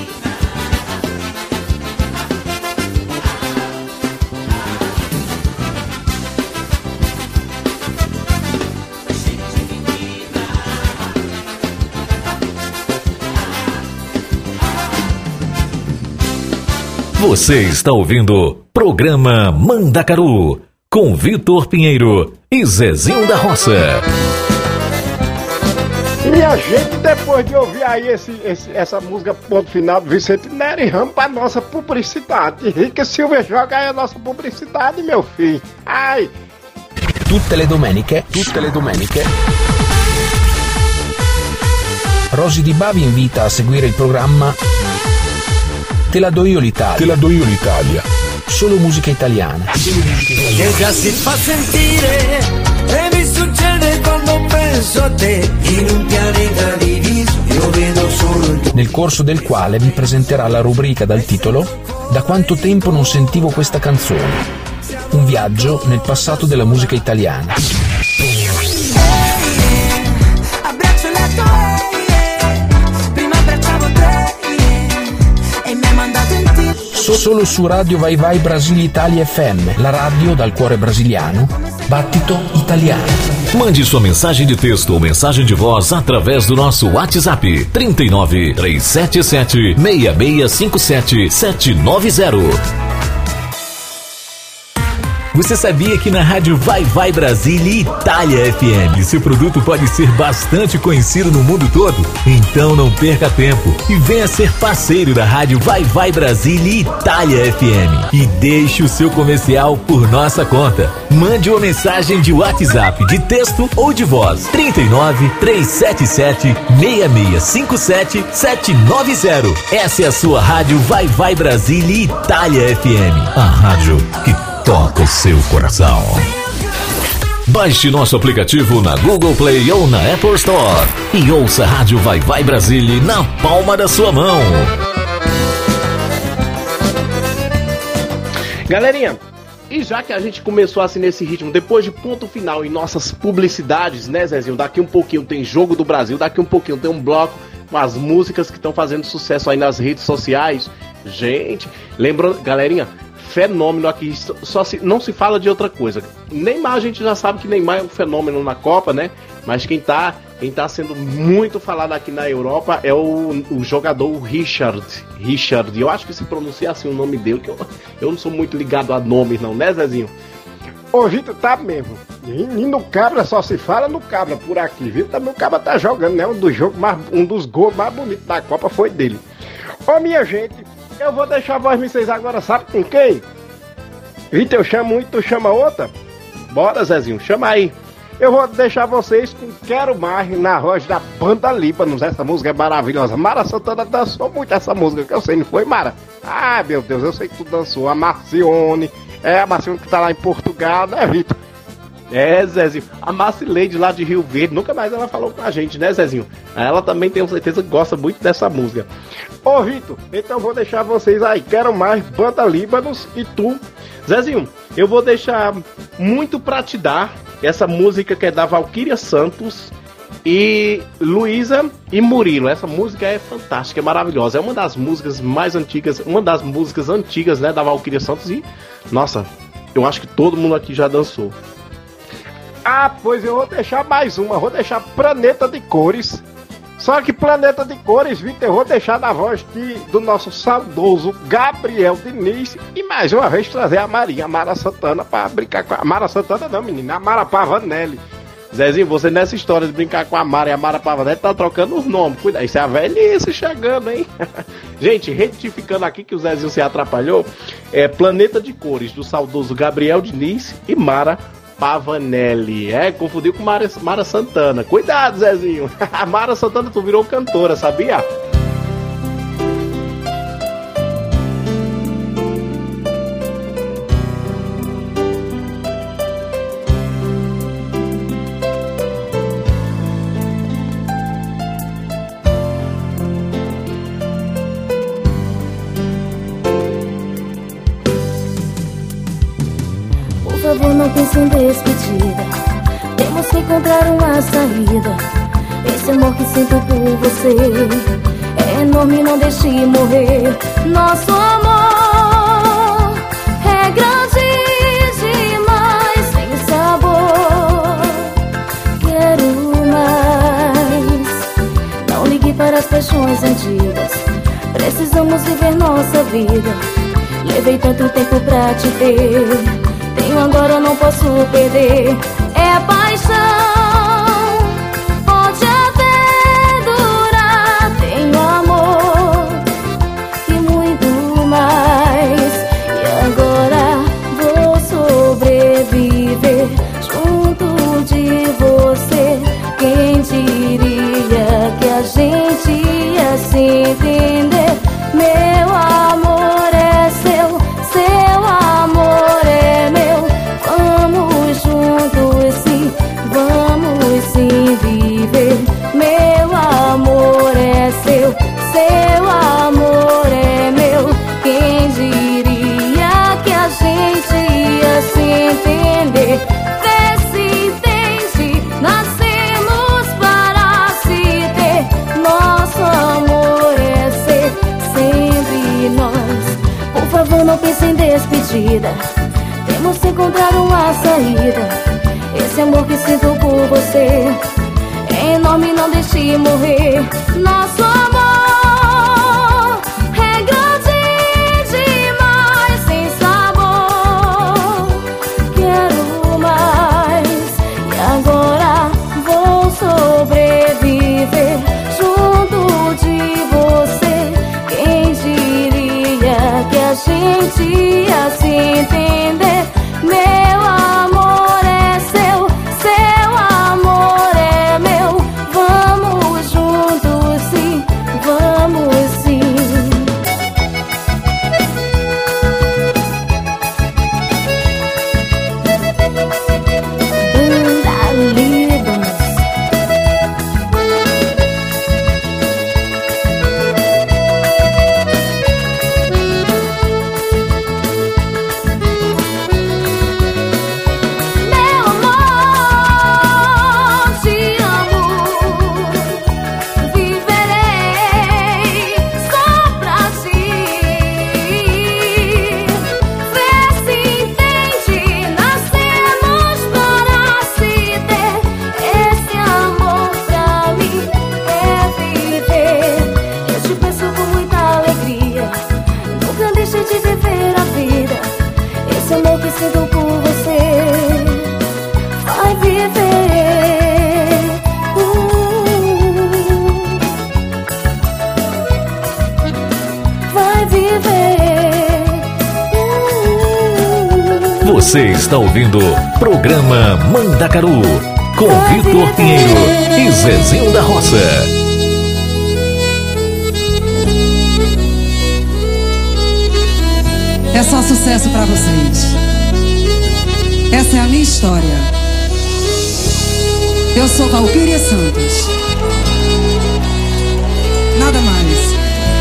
Você está ouvindo Programa Mandacaru, com Vitor Pinheiro e Zezinho da Roça. E a gente, depois de ouvir aí esse, esse, essa música ponto final do Vicente Nery, vamos pra nossa publicidade. Rica Silva joga aí a nossa publicidade, meu filho. Ai! Tutte le domeniche, tutte le domeniche, Rosy Di Bari invita a seguire il programma Te la do io l'Italia. Te la do io l'Italia. Solo musica italiana. Che già si fa sentire e mi succede quando penso a te. In un pianeta diviso io vedo solo il... Nel corso del quale vi presenterà la rubrica dal titolo Da quanto tempo non sentivo questa canzone. Un viaggio nel passato della musica italiana. Solo su Radio Vai Vai Brasile Italia F M, la radio dal cuore brasiliano, battito italiano. Mande sua mensagem de texto ou mensagem de voz através do nosso WhatsApp trinta e nove, três sete sete, seis seis cinco sete, sete nove zero. Você sabia que na rádio Vai Vai Brasile Itália F M seu produto pode ser bastante conhecido no mundo todo? Então não perca tempo e venha ser parceiro da rádio Vai Vai Brasile Itália F M e deixe o seu comercial por nossa conta. Mande uma mensagem de WhatsApp, de texto ou de voz. trinta e nove, três sete sete, seis seis cinco sete, sete nove zero. Essa é a sua rádio Vai Vai Brasile Itália F M. A rádio que toca o seu coração. Baixe nosso aplicativo na Google Play ou na Apple Store e ouça a Rádio Vai Vai Brasile na palma da sua mão. Galerinha, e já que a gente começou assim nesse ritmo, depois de ponto final em nossas publicidades, né, Zezinho? Daqui um pouquinho tem Jogo do Brasil, daqui um pouquinho tem um bloco com as músicas que estão fazendo sucesso aí nas redes sociais. Gente, lembrando, galerinha, fenômeno aqui, só se, não se fala de outra coisa. Neymar, a gente já sabe que Neymar é um fenômeno na Copa, né? Mas quem tá, quem tá sendo muito falado aqui na Europa é o, o jogador Richard. Richard, eu acho que se pronuncia assim o nome dele, que eu, eu não sou muito ligado a nomes não, né, Zezinho? Ô, Vitor, tá mesmo. E no Cabra só se fala no Cabra por aqui, viu? Também o Cabra tá jogando, né? Um dos jogos mais, um dos gols mais bonitos da Copa foi dele. Ô, minha gente, eu vou deixar a voz vocês agora, sabe com quem? Vitor, eu chamo um e tu chama outra? Bora, Zezinho, chama aí. Eu vou deixar vocês com Quero Mais na voz da Banda Líbanos. Essa música é maravilhosa. Mara Santana dançou muito essa música, que eu sei, não foi, Mara? Ah, meu Deus, eu sei que tu dançou. A Marcione, é a Marcione que tá lá em Portugal, né, Vitor? É, Zezinho, a Marcileide lá de Rio Verde, nunca mais ela falou com a gente, né, Zezinho? Ela também tenho certeza que gosta muito dessa música. Ô, Vitor, então vou deixar vocês aí, Quero Mais, Banda Líbanos e tu. Zezinho, eu vou deixar Muito Pra Te Dar, essa música que é da Valquíria Santos e Luísa e Murilo. Essa música é fantástica, é maravilhosa, é uma das músicas mais antigas, uma das músicas antigas, né, da Valquíria Santos e, nossa, Eu acho que todo mundo aqui já dançou. Ah, pois eu vou deixar mais uma, vou deixar Planeta de Cores. Só que Planeta de Cores, Vitor, eu vou deixar na voz de, do nosso saudoso Gabriel Diniz. E mais uma vez trazer a Marinha, a Mara Santana, pra brincar com a... a Mara Santana não, menina, a Mara Pavanelli. Zezinho, você nessa história de brincar com a Mara e a Mara Pavanelli tá trocando os nomes. Cuidado, isso é a velhice chegando, hein? Gente, retificando aqui que o Zezinho se atrapalhou, é Planeta de Cores, do saudoso Gabriel Diniz e Mara Pavanelli. É, confundiu com Mara, Mara Santana. Cuidado, Zezinho. A Mara Santana, tu virou cantora, sabia? Por favor, não pense em despedida. Temos que encontrar uma saída. Esse amor que sinto por você é enorme, não deixe morrer. Nosso amor é grande demais, sem sabor. Quero mais. Não ligue para as paixões antigas. Precisamos viver nossa vida. Levei tanto tempo pra te ter. Tenho agora, não posso perder. É paixão, pode até durar. Tenho amor e muito mais. E agora vou sobreviver junto de você. Quem diria que a gente ia se entender? Meu amor é seu, seu amor é meu. Vamos juntos sim, vamos sim viver. Meu amor é seu, seu amor é meu. Quem diria que a gente ia se entender? Vê se entende, nascemos para se ter. Nosso amor é ser sempre nós. Por favor, não pense em despedida. Temos que encontrar uma saída. Esse amor que sinto por você é enorme, não deixe morrer. Nosso amor é grande demais, sem sabor. Quero mais. E agora vou sobreviver junto de você. Quem diria que a gente ia se entender? Meu amor é seu, seu amor é meu. Vamos juntos sim, vamos sim. Banda Líbanos. Você está ouvindo o programa Mandacaru com Vitor Pinheiro e Zezinho da Roça. É só sucesso pra vocês. Essa é a minha história. Eu sou Valquíria Santos. Nada mais.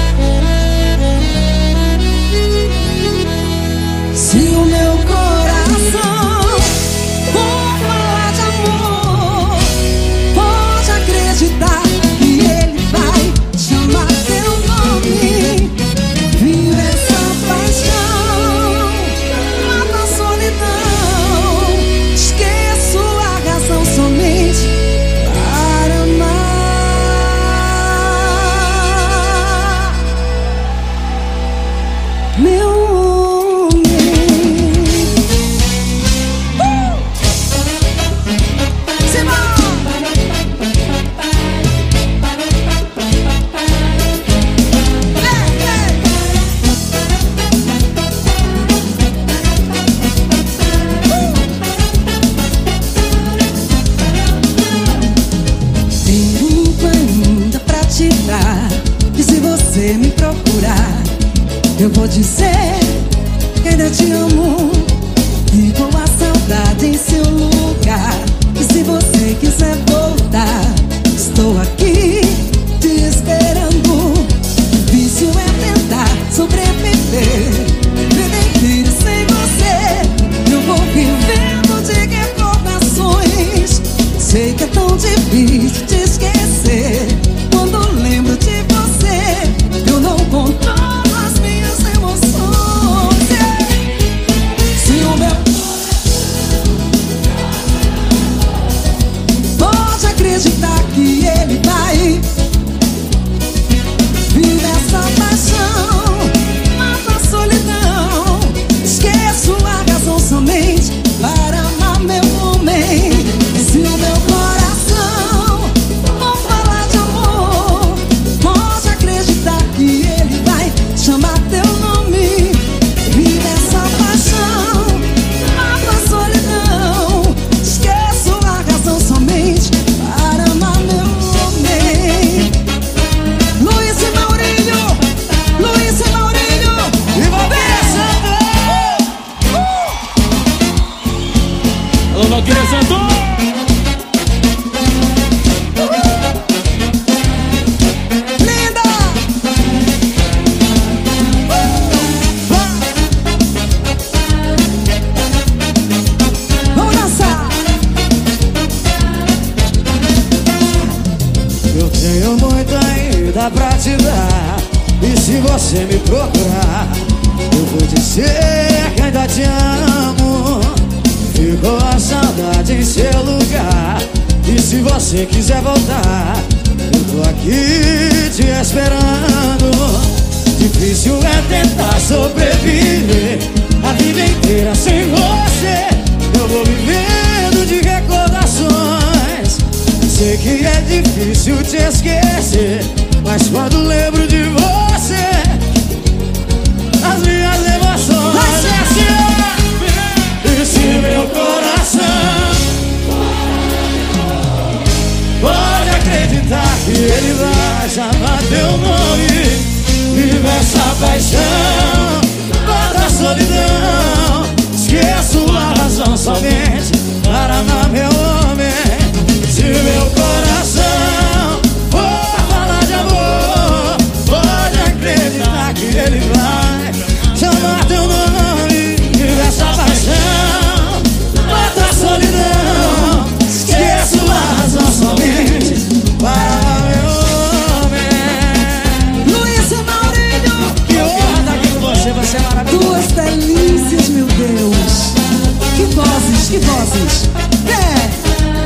Se o meu coração for falar de amor, pode acreditar que ele vai chamar teu nome. Viva essa paixão, mata a solidão. lugar. E se você me procurar, eu vou dizer que ainda te amo e com a saudade em seu lugar. E se você quiser voltar, estou aqui te esperando. O vício é tentar sobreviver, viver inteiro sem você. Eu vou vivendo de recordações. Sei que é tão difícil te esquecer. Quando lembro de você, eu não controlo as minhas emoções. Se o meu pode acreditar que ele vai viver essa paixão, mata a solidão. Esqueço a razão somente para amar meu homem. Se o meu coração não falar de amor, pode acreditar que ele vai chamar teu nome. Vive essa paixão, mata a solidão. Esqueço a razão somente para amar meu homem. Luiz e Maurílio, Luiz e Maurílio, e Valquíria Santos. Alô, Valquíria Santos. Pra te dar. E se você me procurar, eu vou dizer que ainda te amo. Ficou a saudade em seu lugar. E se você quiser voltar, eu tô aqui te esperando. Difícil é tentar sobreviver a vida inteira sem você. Eu vou vivendo de recordações. Sei que é difícil te esquecer, mas quando lembro de você, as minhas emoções é assim. E se meu coração pode acreditar que ele vai chamar teu nome. Vive essa paixão, mata a solidão. Esqueço a razão somente para amar meu homem. Se meu coração for falar de amor, pode acreditar que ele vai chamar teu nome. Vive essa paixão, mata a solidão. Esqueço a razão somente para amar meu homem. Luiz e Maurílio, que honra estar aqui com você, você é maravilhoso. Duas delícias, meu Deus. Que vozes, que vozes. É.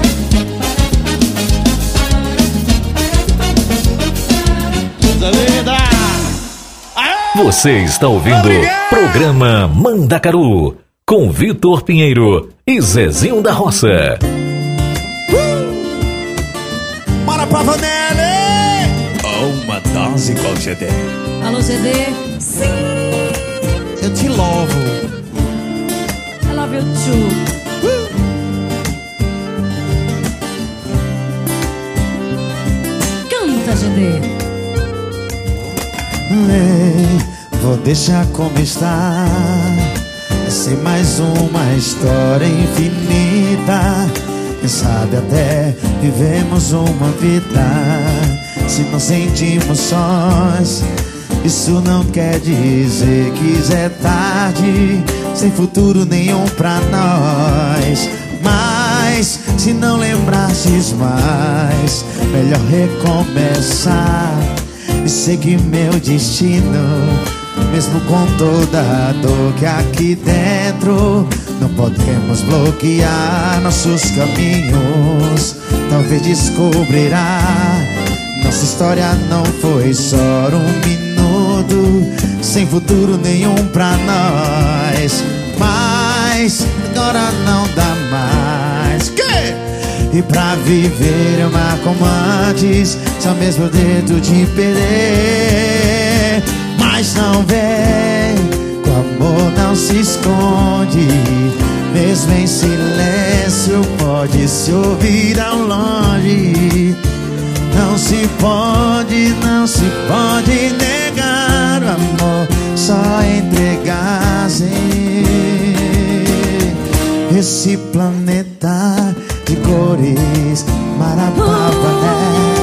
Você está ouvindo o programa Mandacaru com Vitor Pinheiro e Zezinho da Roça. Uh! Bora pra Vanelli! Uma dose com o G D. Alô, G D? Sim! Eu te louvo. I love you too. Uh! Canta, G D. Ei, vou deixar como está. É ser mais uma história infinita. Quem sabe até vivemos uma vida. Se não sentimos sós, isso não quer dizer que é tarde. Sem futuro nenhum pra nós. Mas se não lembrasses mais, melhor recomeçar e seguir meu destino. Mesmo com toda a dor que aqui dentro, não podemos bloquear nossos caminhos. Talvez descobrirá, nossa história não foi só um minuto. Sem futuro nenhum pra nós. Mas agora não dá mais. Que? E pra viver eu marco como antes, só mesmo o dedo de perder. Mas não vem, que o amor não se esconde. Mesmo em silêncio pode se ouvir ao longe. Não se pode, não se pode negar o amor, só entregar-se. Esse planeta de cores maravilhoso.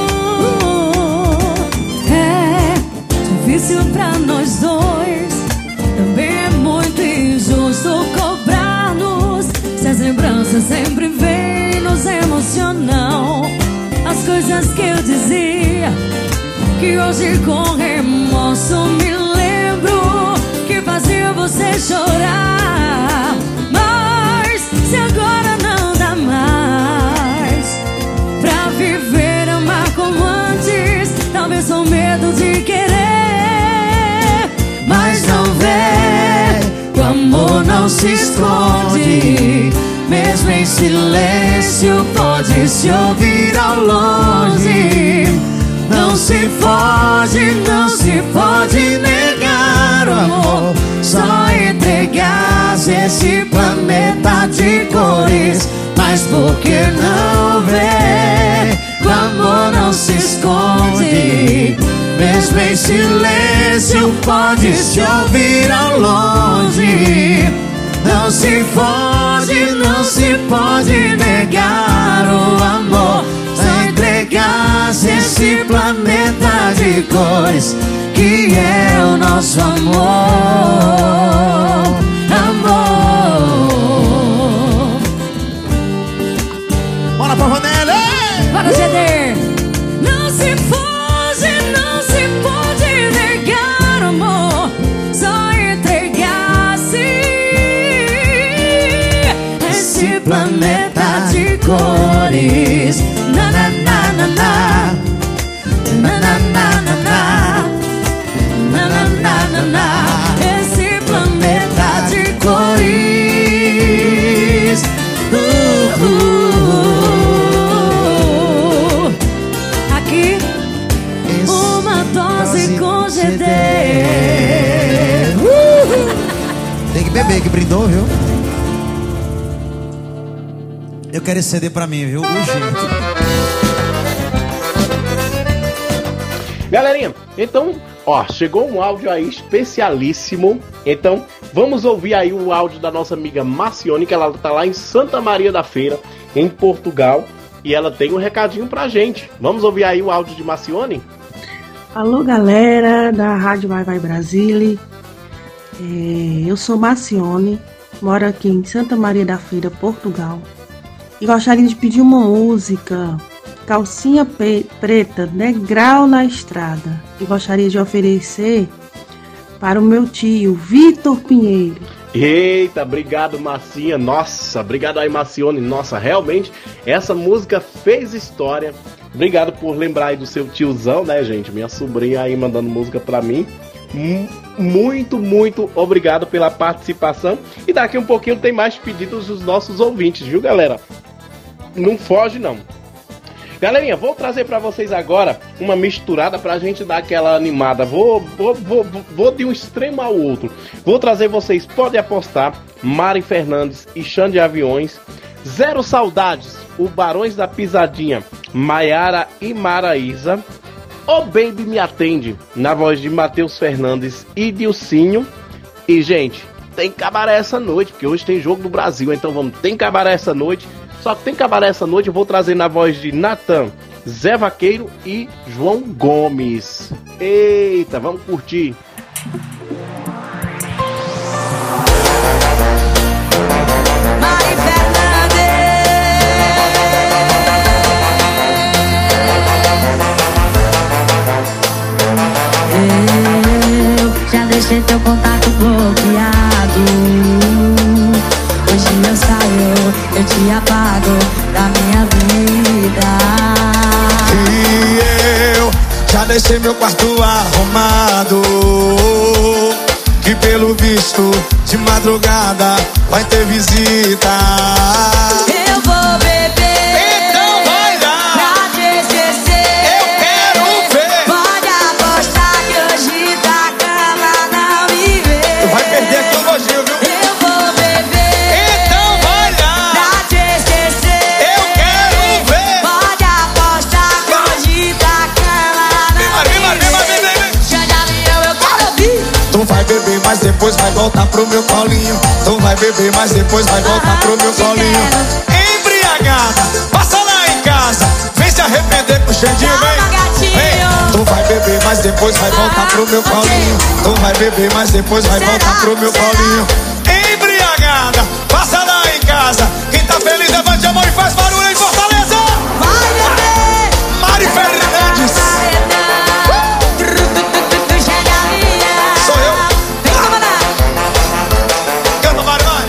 É difícil pra nós dois, também é muito injusto cobrar-nos. Se as lembranças sempre vêm nos emocionam, as coisas que eu dizia, que hoje com remorso me lembro, que fazia você chorar. Mas se agora não dá mais pra viver, amar como antes, talvez com medo de querer. Mas não vê, o amor não se esconde, mesmo em silêncio pode se ouvir ao longe. Não se foge, não se pode negar o amor, só entregar-se esse planeta de cores. Mas por que não vê, o amor não se esconde, mesmo em silêncio pode se ouvir ao longe. Não se foge, não se pode negar o amor, só entregar-se esse planeta de cores, que é o nosso amor. Amor. Bora pra Vanelli! Para G D! Não se foge, não se pode negar o amor, só entregar-se esse planeta de cores. Na na na na na, na na na na na, na na na na na, esse planeta de cores. Uh, uh, uh. Aqui uma dose com G D. Uh. Tem que beber, que brindou, viu? Eu quero esse C D pra mim, viu? Urgente. Galerinha, então, ó, chegou um áudio aí especialíssimo. Então, vamos ouvir aí o áudio da nossa amiga Marcione, que ela tá lá em Santa Maria da Feira, em Portugal, e ela tem um recadinho pra gente. Vamos ouvir aí o áudio de Marcione? Alô, galera da Rádio Vai Vai Brasília. É, eu sou Marcione, moro aqui em Santa Maria da Feira, Portugal, e gostaria de pedir uma música, Calcinha Pe- Preta, Degrau na Estrada, e gostaria de oferecer para o meu tio, Vitor Pinheiro. Eita, obrigado, Marcinha. Nossa, obrigado aí, Marcione. Nossa, realmente, essa música fez história. Obrigado por lembrar aí do seu tiozão, né, gente? Minha sobrinha aí mandando música pra mim. Muito, muito obrigado pela participação. E daqui um pouquinho tem mais pedidos dos nossos ouvintes, viu, galera? Não foge, não. Galerinha, vou trazer pra vocês agora uma misturada pra gente dar aquela animada. Vou, vou, vou, vou de um extremo ao outro. Vou trazer vocês, pode apostar, Mari Fernandes e Xande Aviões. Zero Saudades, o Barões da Pisadinha, Maiara e Maraísa. O Baby Me Atende, na voz de Matheus Fernandes e Dilcinho. E, gente, tem cabaré essa noite, porque hoje tem jogo do Brasil, então vamos, tem cabaré essa noite. Só que tem cabaré essa noite, eu vou trazer na voz de Natan, Zé Vaqueiro e João Gomes. Eita, vamos curtir. Mari Fernandes. Eu já deixei teu contato bloqueado. Hoje eu saio, eu te apago da minha vida. E eu já deixei meu quarto arrumado, que pelo visto de madrugada vai ter visita. Eu vou beber, então vai lá pra te esquecer. Eu quero ver. Pode apostar que hoje da cama não me vê. Tu vai perder aqui o elogio, viu? Eu vou beber, então vai lá pra te esquecer. Eu quero ver. Pode apostar que hoje mas depois vai voltar pro meu colinho. Tu vai beber, mas depois vai voltar pro meu colinho. Embriagada, passa lá em casa, vem se arrepender com o Xandinho, vem. Vem. Tu vai beber, mas depois vai voltar pro meu colinho. Tu vai beber, mas depois vai voltar pro meu colinho. Embriagada, passa lá em casa. Quem tá feliz, levante a mão e faz barulho em Fortaleza. Vai, bebê. Mari Fernandes. Sou eu. Vem comandar. Canta, Mari, vai.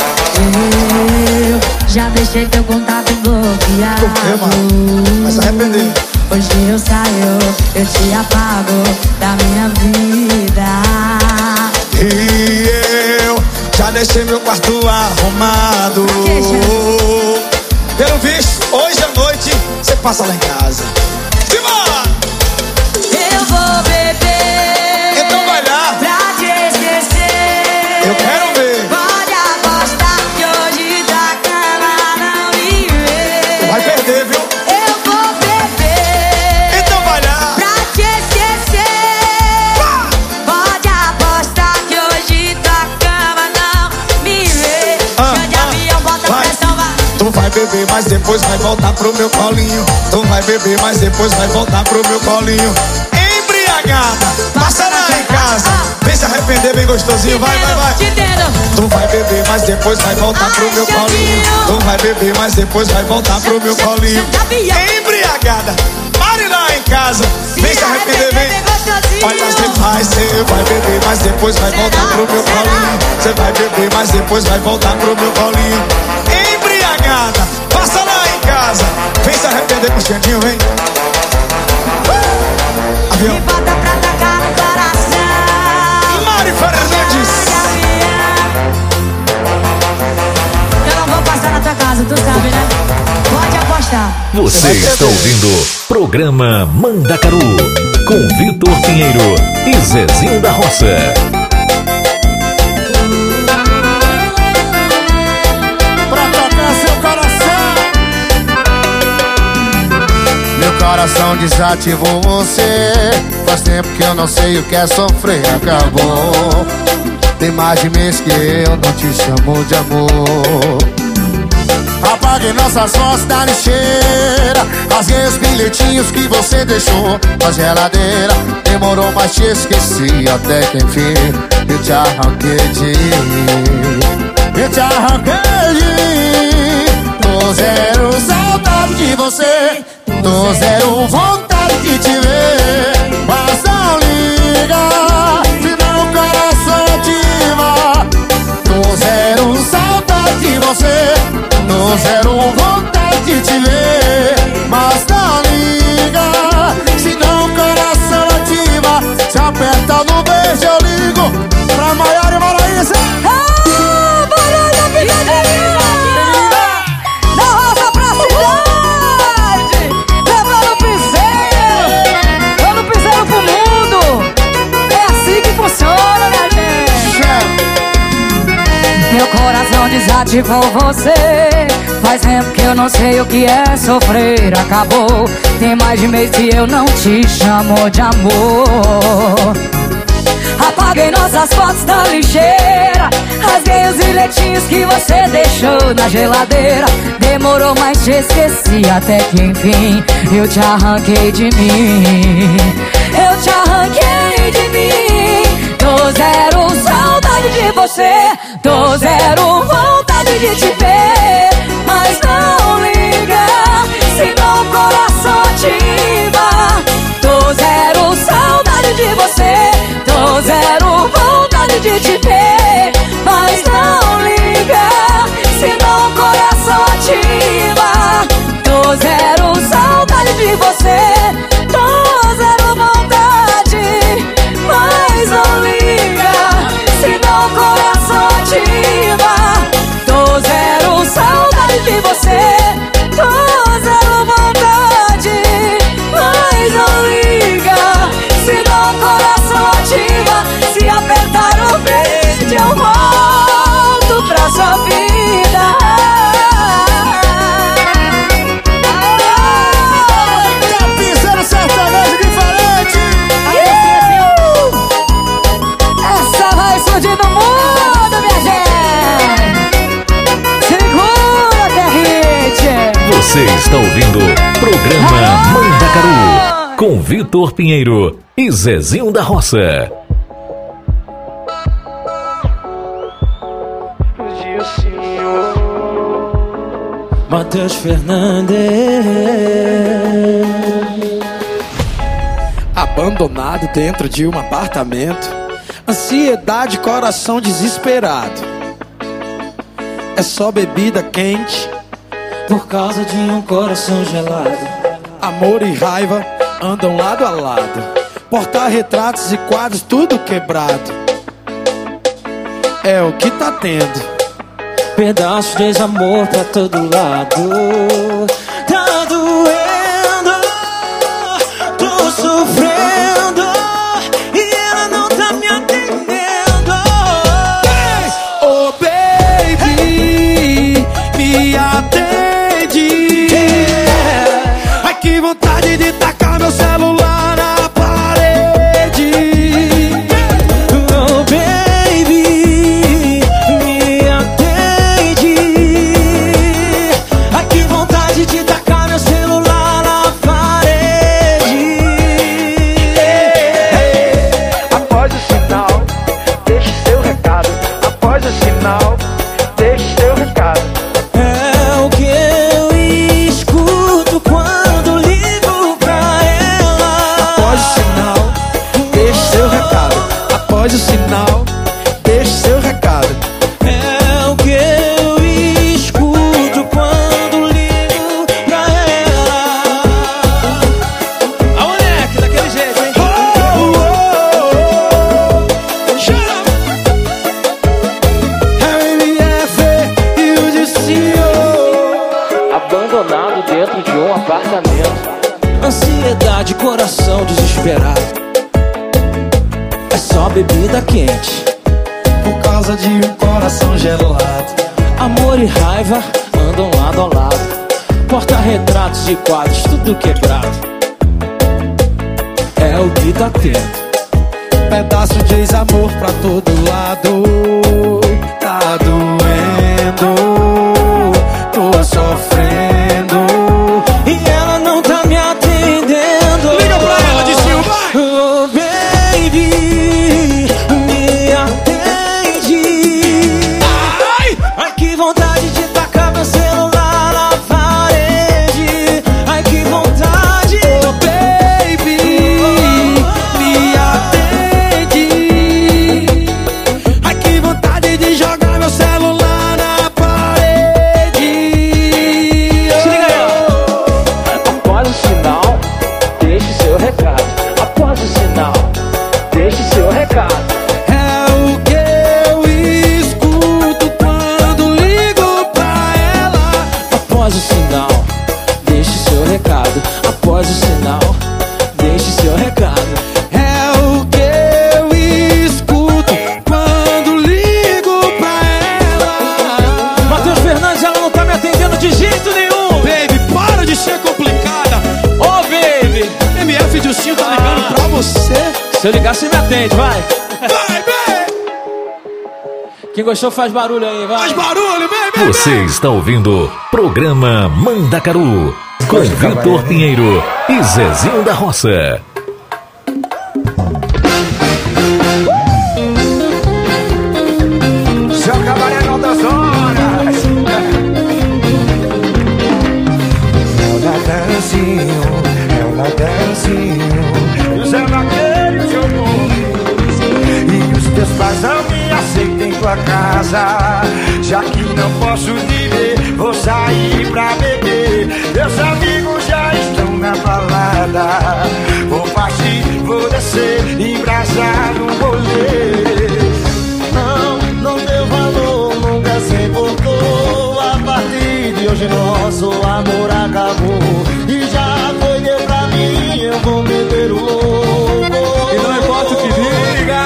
Eu já deixei teu contato bloqueado. Por quê, mano? Vai se arrepender. Hoje eu saio, eu te apago da minha vida. E eu já deixei meu quarto arrumado. Pelo visto, hoje à noite você passa lá em casa. Simbora! Eu vou beber. Então vai lá. Pra te esquecer. Eu quero ver. Pode apostar que hoje da cama não me vê. Vai perder, viu? Eu vou beber. Então vai lá. Pra te esquecer. Ah! Pode apostar que hoje da cama não me vê. Ah, Chão de ah, avião, bota vai. pressão, vai. Tu vai beber, mas depois vai voltar pro meu colinho. Tu vai beber, mas depois vai voltar pro meu colinho. Embriagada, passa lá em casa, vem se arrepender bem gostosinho, vai, vai, vai. Tu vai beber, mas depois vai voltar pro meu colinho. Tu vai beber, mas depois vai voltar pro meu colinho. Embriagada, pare lá em casa, vem se arrepender bem. Olha, você vai, você vai beber, mas depois vai voltar pro meu colinho. Você vai beber, mas depois vai voltar pro meu colinho. Embriagada, passa lá em casa, vem se arrepender com o Xandinho, vem. Uh! Avião. Me bota pra atacar no coração. Mari Fernandes. Eu não vou passar na tua casa, tu sabe, né? Pode apostar. Você está ouvindo Programa Mandacaru com Vitor Pinheiro e Zezinho da Roça. Meu coração desativou você. Faz tempo que eu não sei o que é sofrer. Acabou. Tem mais de mês que eu não te chamo de amor. Apaguei nossas fotos da lixeira. Rasguei os bilhetinhos que você deixou na geladeira. Demorou, mas te esqueci até que enfim eu te arranquei de mim. Eu te arranquei de mim. Tô zero saudade de você. Tô zero vontade de te ver. Mas não liga, senão o coração ativa. Tô zero saudade de você. Tô zero vontade de te ver. Mas não liga, senão o coração ativa. Se aperta no beijo eu ligo pra Maiara e Maraísa. Ah, barulho da picadinha. Da roça pra cidade, levando piseiro, dando piseiro pro mundo. É assim que funciona, minha gente. Meu coração desativou você. Faz tempo que eu não sei o que é sofrer. Acabou, tem mais de mês que eu não te chamo de amor. Apaguei nossas fotos da lixeira. Rasguei os bilhetinhos que você deixou na geladeira. Demorou, mas te esqueci até que enfim eu te arranquei de mim. Eu te arranquei de mim. Tô zero saudade de você. Tô zero vontade de te ver. Mas não liga, senão o coração ativa. Tô zero saudade de você. Tô zero vontade de te ver. Mas não liga, senão o coração ativa. Tô zero saudade de você. Tô zero vontade. Mas não liga, senão o coração ativa. Tô zero saudade. com Vitor Pinheiro e Zezinho da Roça. Matheus Fernandes. Abandonado dentro de um apartamento, ansiedade, coração desesperado. É só bebida quente por causa de um coração gelado. Amor e raiva andam lado a lado, porta-retratos e quadros tudo quebrado. É o que tá tendo. Pedaços de desamor pra todo lado. Tá doendo, tô sofrendo e ela não tá me atendendo. Oh baby, me atende. Ai que vontade de tacar meu celular na parede. Oh baby, me atende. De tacar meu celular na parede. Após o sinal, deixe seu recado. Após o sinal, deixe seu recado. É o que eu escuto quando ligo pra ela. Após o sinal, deixe seu recado. Após o sinal, deixe seu recado. É o que eu escuto quando ligo pra ela. A moleque daquele jeito, hein? Oh, oh, oh. Shut up. É o M F e o Dicinho. Abandonado dentro de um apartamento, ansiedade, coração desesperado. É só bebida quente por causa de um coração gelado. Amor e raiva andam lado a lado, porta-retratos e quadros tudo quebrado. É o que tá tendo. Pedaço de ex-amor pra todo lado. Tá doendo, tô sofrendo e ela não tá me atendendo. Liga pra ela, Dicinho, vai! Oh baby, me atende. Ai, ai que vontade de tacar meu celular na parede. Ai que vontade. Oh baby, me atende. Ai que vontade de jogar meu celular na parede. Se liga aí, ó. Após o sinal, deixe seu recado. Após o sinal, deixe seu recado. É o que eu escuto quando ligo pra ela. Após o sinal, deixe seu recado. Após o sinal, deixe seu recado. É o que eu escuto quando ligo pra ela. Matheus Fernandes, ela não tá me atendendo de jeito nenhum. Baby, para de ser complicada. Ô, oh, baby, M F Dilcinho tá ligando pra você. Se eu ligar, você me atende, vai. Vai, baby. Quem gostou faz barulho aí, vai. Faz barulho, baby. Você está ouvindo Programa Mandacaru com Vitor Pinheiro e Zezinho da Roça. Seu cabaré em altas horas. É o Natanzinho, é o Natanzinho. E o Zé Vaqueiro e o seu nome. E os teus pais não me aceitem em tua casa. Já que não posso te ver, vou sair pra beber. Meus amigos já estão na balada. Vou partir, vou descer, embrasar no rolê. Não, não deu valor, nunca se importou. A partir de hoje nosso amor acabou. E já foi, deu pra mim, eu vou meter o louco. E não importa o que diga,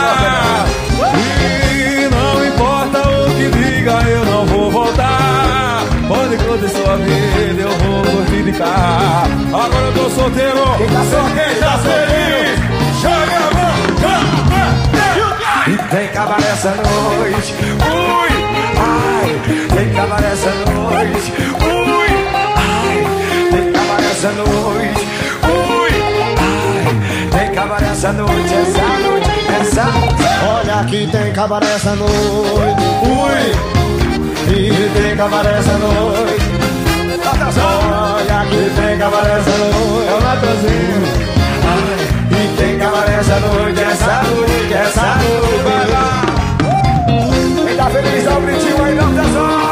e não importa o que diga, eu não vou voltar. Pode curtir sua vida, eu vou curtir de cá. Agora eu tô solteiro, quem tá só quem tá feliz, joga a mão. E tem cabaré essa noite, ui, ai. Tem cabaré essa noite, ui, ai. Tem cabaré essa noite, ui, ai. essa noite, essa noite, essa noite. Olha que tem cabaré essa noite. Ui, e tem cabaré essa noite. Olha que tem cabaré essa noite. É o Natanzinho. E tem cabaré essa noite, essa noite, essa noite. Vai lá. Quem tá feliz dá um gritinho aí, não tá só.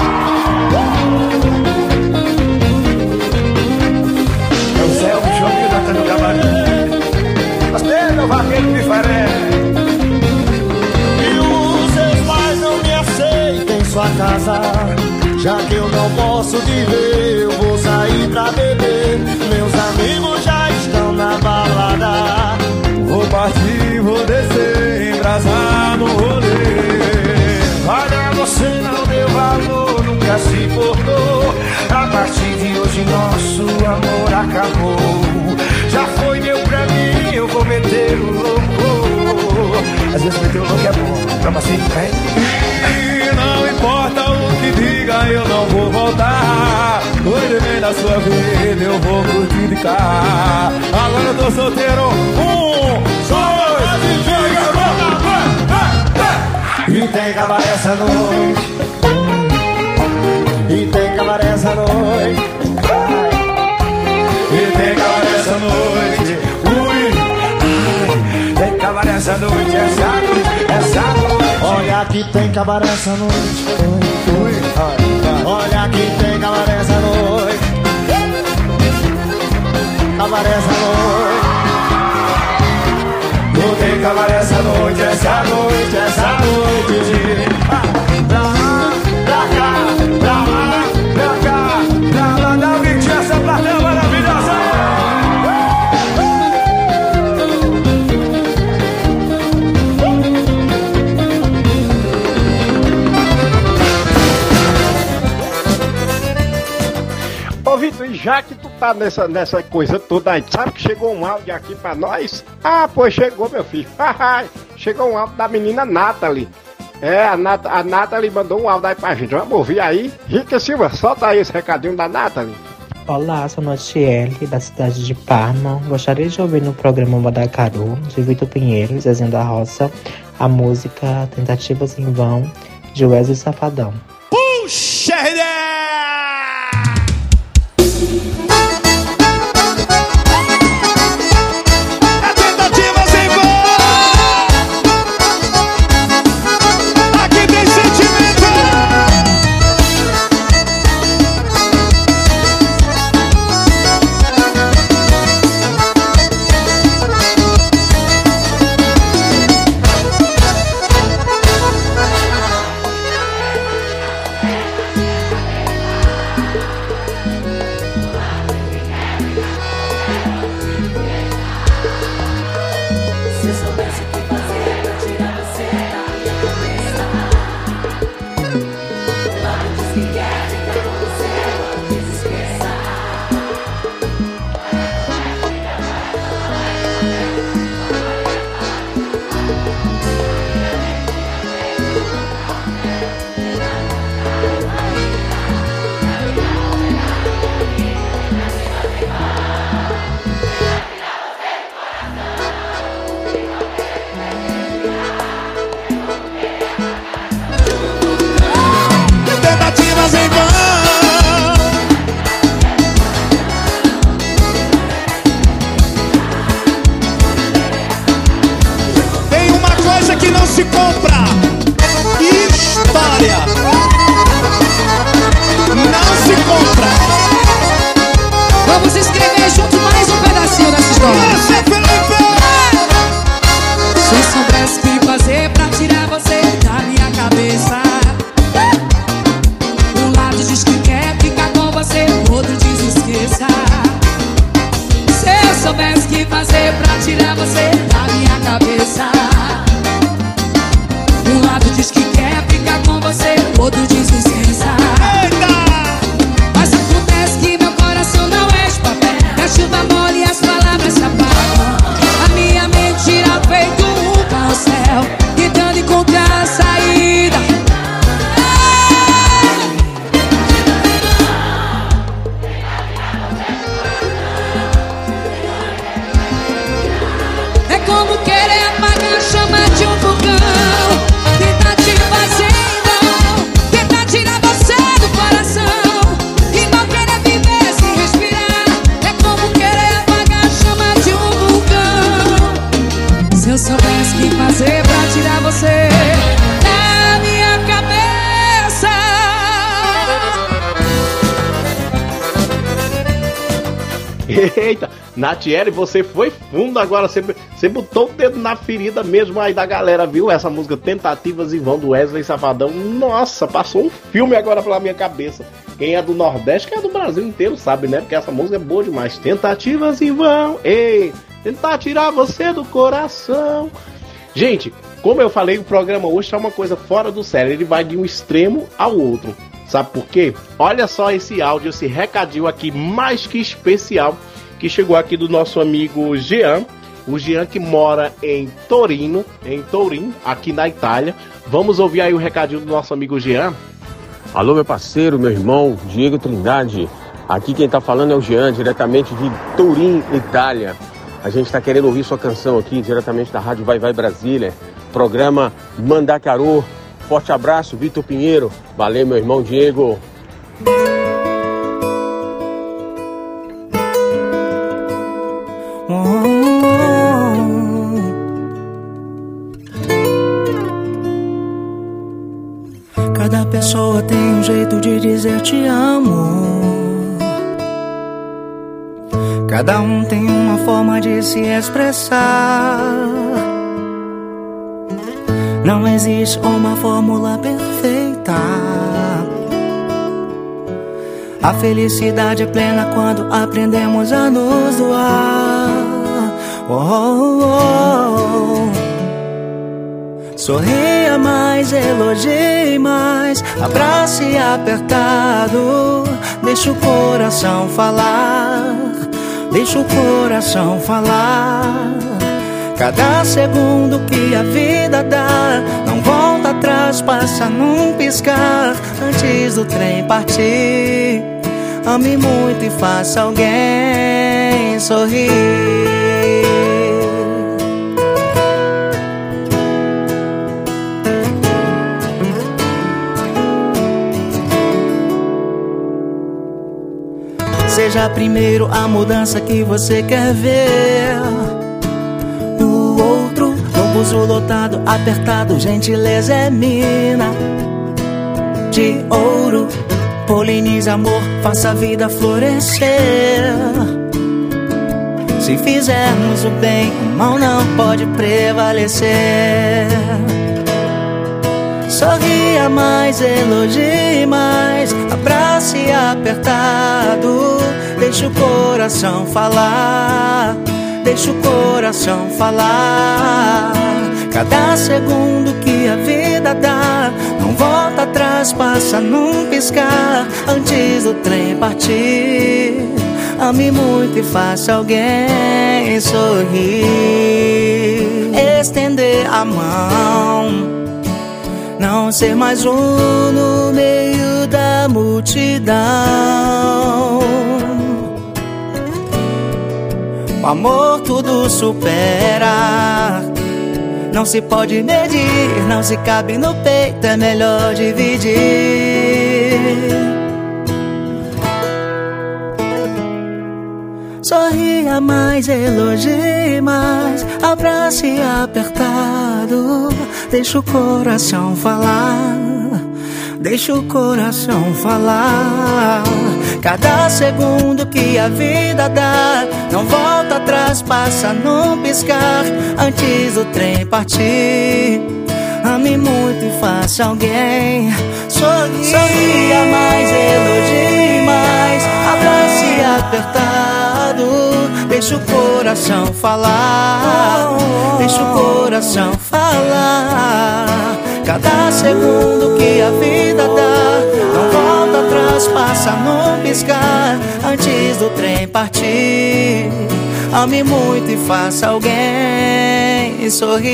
É o céu que chama que tá no cabaré. Mas tem meu vaqueiro diferente. E os seus pais não me aceitam em sua casa. Já que eu não posso te ver, eu vou sair pra beber. Meus amigos já estão na balada. Vou partir, vou descer, embrasar no rolê. Olha, você não deu valor, nunca se importou. A partir de hoje nosso amor acabou. Já foi, deu pra mim, eu vou meter o louco. Às vezes meter o louco é bom, pra você bem. E não importa o que diga, eu não vou voltar. Hoje vem da sua vida, eu vou curtir de cá. Agora eu tô solteiro. Um, dois, e chega, e tem cabaré essa noite. E tem cabaré essa noite. E tem cabaré essa noite. Ui, tem cabaré essa noite, essa noite, essa noite. Olha que tem cabaré essa noite. Ui, olha que tem cabaré essa noite. Cabaré essa noite. Não tem cabaré essa noite, essa noite, essa noite. Pra lá, pra cá, pra lá, pra cá, pra lá, dá um gritinho essa plateia maravilhosa. Ô Vitor, e já que tu tá nessa, nessa coisa toda aí, sabe que chegou um áudio aqui pra nós? Ah, pois chegou, meu filho. Chegou um áudio da menina Nathalie. É, a, Nat a Nathalie mandou um áudio aí pra gente. Vamos ouvir aí. Rica Silva, solta aí esse recadinho da Nathalie. Olá, sou Notiele, da cidade de Parma. Gostaria de ouvir no programa Mandacaru, de Vitor Pinheiro, Zezinho da Roça, a música Tentativas em Vão, de Wesley Safadão. Puxa, Eita, Natiele, você foi fundo agora, você, você botou o dedo na ferida mesmo aí da galera, viu? Essa música Tentativas em Vão do Wesley Safadão, nossa, passou um filme agora pela minha cabeça. Quem é do Nordeste, quem é do Brasil inteiro sabe, né? Porque essa música é boa demais. Tentativas em vão, ei, tentar tirar você do coração. Gente, como eu falei, o programa hoje é uma coisa fora do sério, ele vai de um extremo ao outro. Sabe por quê? Olha só esse áudio, esse recadinho aqui mais que especial que chegou aqui do nosso amigo Jean. O Jean que mora em Torino, em Turim, aqui na Itália. Vamos ouvir aí o recadinho do nosso amigo Jean. Alô, meu parceiro, meu irmão, Diego Trindade. Aqui quem tá falando é o Jean, diretamente de Turim, Itália. A gente tá querendo ouvir sua canção aqui, diretamente da Rádio Vai Vai Brasília. Programa Mandacaru. Forte abraço, Vitor Pinheiro. Valeu, meu irmão Diego. Cada pessoa tem um jeito de dizer te amo. Cada um tem uma forma de se expressar. Não existe uma fórmula perfeita. A felicidade é plena quando aprendemos a nos doar. Oh, oh, oh. Sorria mais, elogie mais, abrace apertado. Deixa o coração falar, deixa o coração falar. Cada segundo que a vida dá não volta atrás, passa num piscar. Antes do trem partir, ame muito e faça alguém sorrir. Seja primeiro a mudança que você quer ver. Buzo lotado, apertado, gentileza é mina de ouro. Polinize amor, faça a vida florescer. Se fizermos o bem, o mal não pode prevalecer. Sorria mais, elogie mais, abrace apertado. Deixa o coração falar, deixa o coração falar. Cada segundo que a vida dá não volta atrás, passa num piscar. Antes do trem partir, ame muito e faça alguém sorrir. Estender a mão, não ser mais um no meio da multidão. O amor tudo supera, não se pode medir, não se cabe no peito, é melhor dividir. Sorria mais, elogie mais, abrace apertado. Deixa o coração falar, deixa o coração falar. Cada segundo que a vida dá não volta atrás, passa num piscar. Antes do trem partir, ame muito e faça alguém sorrir. Sorria mais, elogie mais, abrace apertado. Deixa o coração falar, deixa o coração falar. Cada segundo que a vida dá não volta atrás, passa num piscar. Antes do trem partir, ame muito e faça alguém sorrir.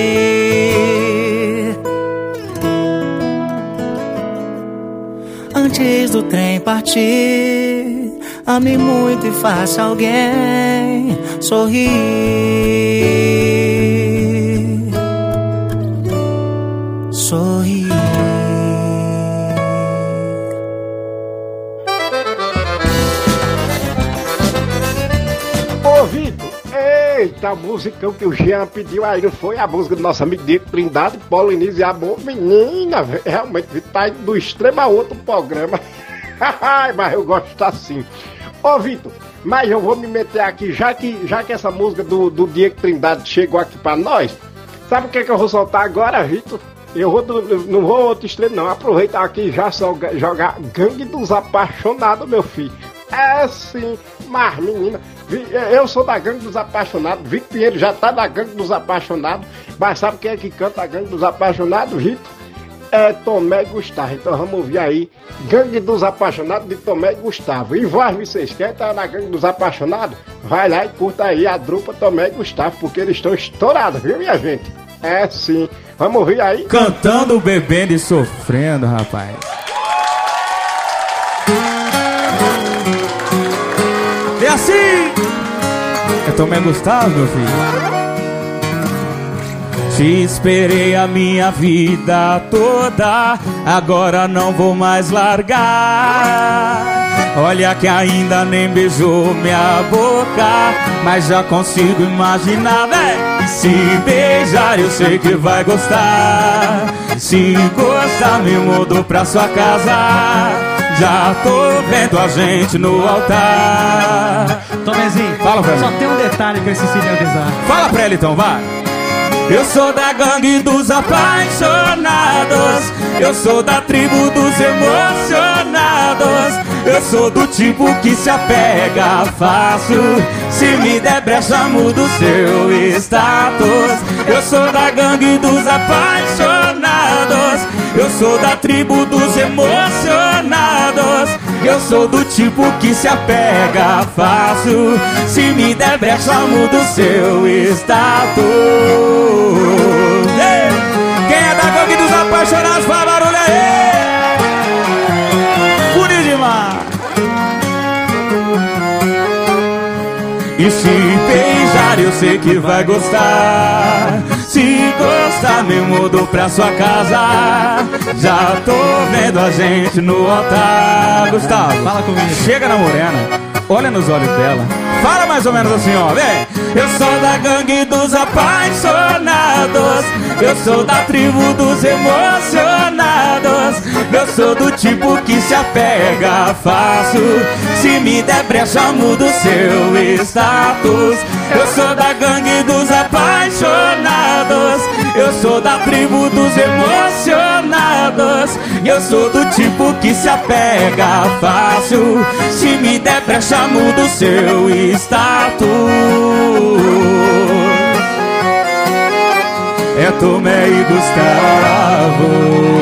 Antes do trem partir, ame muito e faça alguém sorrir. Sorrir. Ô Vitor, eita, a música que o Jean pediu aí, não foi a música do nosso amigo Diego Trindade, Polinize Amor, menina, realmente tá do extremo a outro programa. Mas eu gosto assim. Ô Vitor, Mas eu vou me meter aqui, já que, já que essa música do, do Diego Trindade chegou aqui pra nós, sabe o que, que eu vou soltar agora, Vitor? Eu vou do, não vou outro extremo não, aproveitar aqui e já só jogar Gangue dos Apaixonados, meu filho. É sim, mas menina, eu sou da Gangue dos Apaixonados, Vitor Pinheiro já tá da Gangue dos Apaixonados, mas sabe quem é que canta a Gangue dos Apaixonados, Vitor? É Tomé e Gustavo. Então vamos ouvir aí Gangue dos Apaixonados de Tomé e Gustavo. E voz vocês querem estar na Gangue dos Apaixonados? Vai lá e curta aí a dupla Tomé e Gustavo, porque eles estão estourados, viu, minha gente? É sim. Vamos ouvir aí? Cantando, bebendo e sofrendo, rapaz. E assim é Tomé e Gustavo, meu filho. Te esperei a minha vida toda, agora não vou mais largar. Olha que ainda nem beijou minha boca, mas já consigo imaginar, né? E se beijar eu sei que vai gostar. Se gostar me mudo pra sua casa, já tô vendo a gente no altar. Tomezinho, fala pra só mim. tem um detalhe que eu esqueci de avisar. Fala pra ele então, vai. Eu sou da gangue dos apaixonados, eu sou da tribo dos emocionados, eu sou do tipo que se apega fácil, se me der brecha mudo seu status. Eu sou da gangue dos apaixonados, eu sou da tribo dos emocionados, eu sou do tipo que se apega fácil, se me der brecha mudo seu status. Ei! Quem é da gangue dos apaixonados, faz barulho aí! Bonito demais! E se beijar eu sei que vai gostar. Se gostar me mudo pra sua casa, já tô vendo a gente no altar. Gustavo, fala comigo. Chega na morena, olha nos olhos dela, fala mais ou menos assim, ó, vem. Eu sou da gangue dos apaixonados, eu sou da tribo dos emocionados, eu sou do tipo que se apega fácil, se me der brecha mudo seu status. Eu sou da gangue dos apaixonados, eu sou da tribo dos emocionados, eu sou do tipo que se apega fácil, se me der brecha mudo seu status. É Tomé e Gustavo.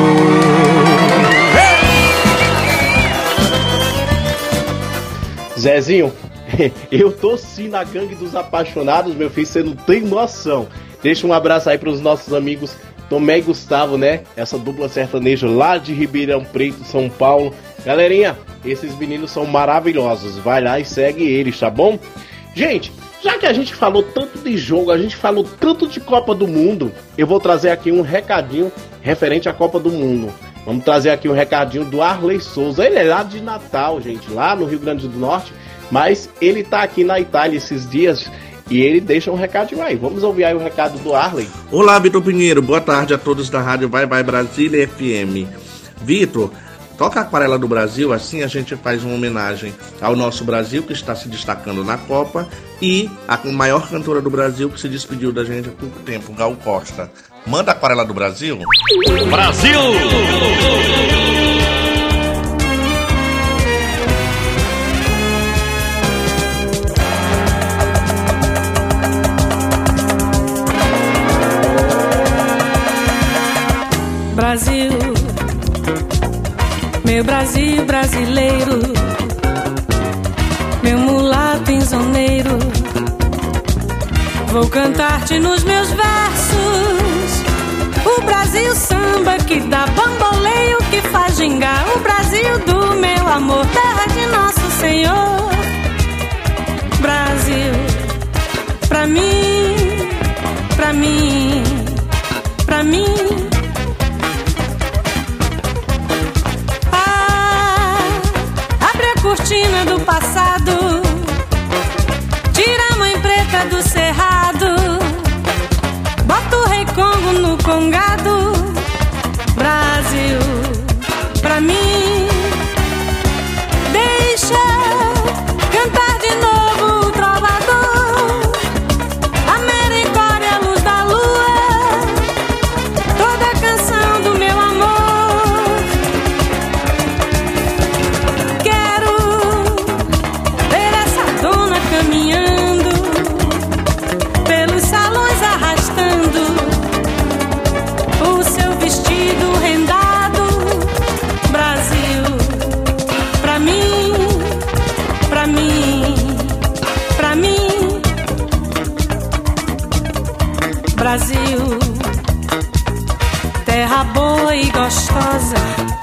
Zezinho, eu tô sim na Gangue dos Apaixonados, meu filho, você não tem noção. Deixa um abraço aí pros nossos amigos Tomé e Gustavo, né? Essa dupla sertaneja lá de Ribeirão Preto, São Paulo. Galerinha, esses meninos são maravilhosos. Vai lá e segue eles, tá bom? Gente, já que a gente falou tanto de jogo, a gente falou tanto de Copa do Mundo, eu vou trazer aqui um recadinho referente à Copa do Mundo. Vamos trazer aqui um recadinho do Arley Souza. Ele é lá de Natal, gente, lá no Rio Grande do Norte, mas ele tá aqui na Itália esses dias e ele deixa um recadinho aí. Vamos ouvir aí o recado do Arley. Olá, Vitor Pinheiro. Boa tarde a todos da Rádio Vai Vai Brasília F M. Vitor, toca a Aquarela do Brasil, assim a gente faz uma homenagem ao nosso Brasil que está se destacando na Copa e a maior cantora do Brasil que se despediu da gente há pouco tempo, Gal Costa. Manda a Aquarela do Brasil. Brasil! Brasil, meu Brasil brasileiro, meu mulato insoneiro, vou cantar-te nos meus versos. O Brasil samba que dá bamboleio, que faz gingar. O Brasil do meu amor, terra de nosso Senhor. Brasil, pra mim, pra mim, pra mim. Cortina do passado, tira a mãe preta do cerrado, bota o rei Congo no congado. Brasil, pra mim, deixa cantar de novo. Brasil, terra boa e gostosa,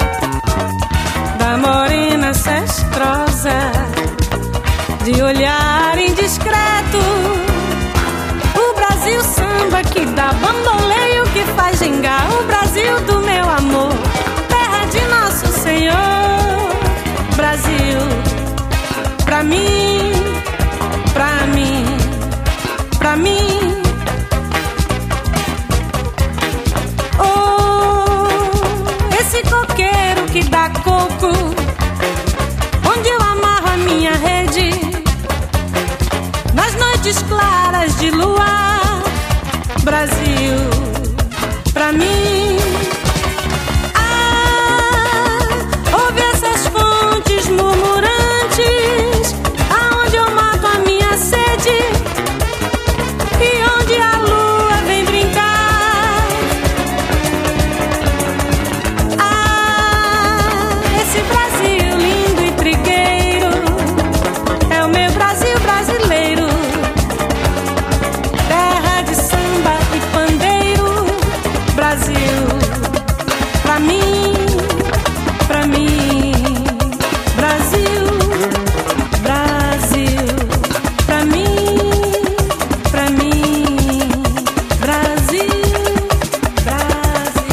da morena ancestrosa, de olhar indiscreto. O Brasil samba que dá bamboleio, que faz gingar. O Brasil do meu amor, terra de nosso Senhor. Brasil, pra mim, pra mim, pra mim. Oh, esse coqueiro que dá coco, onde eu amarro a minha rede, nas noites claras de luar. Brasil, pra mim. Ah, ouve essas fontes murmurantes, aonde eu mato a minha sede e onde a lua vem brincar. Ah, esse Brasil lindo e trigueiro é o meu Brasil brasileiro, terra de samba e pandeiro. Brasil, pra mim, pra mim. Brasil, Brasil, pra mim, pra mim. Brasil, Brasil,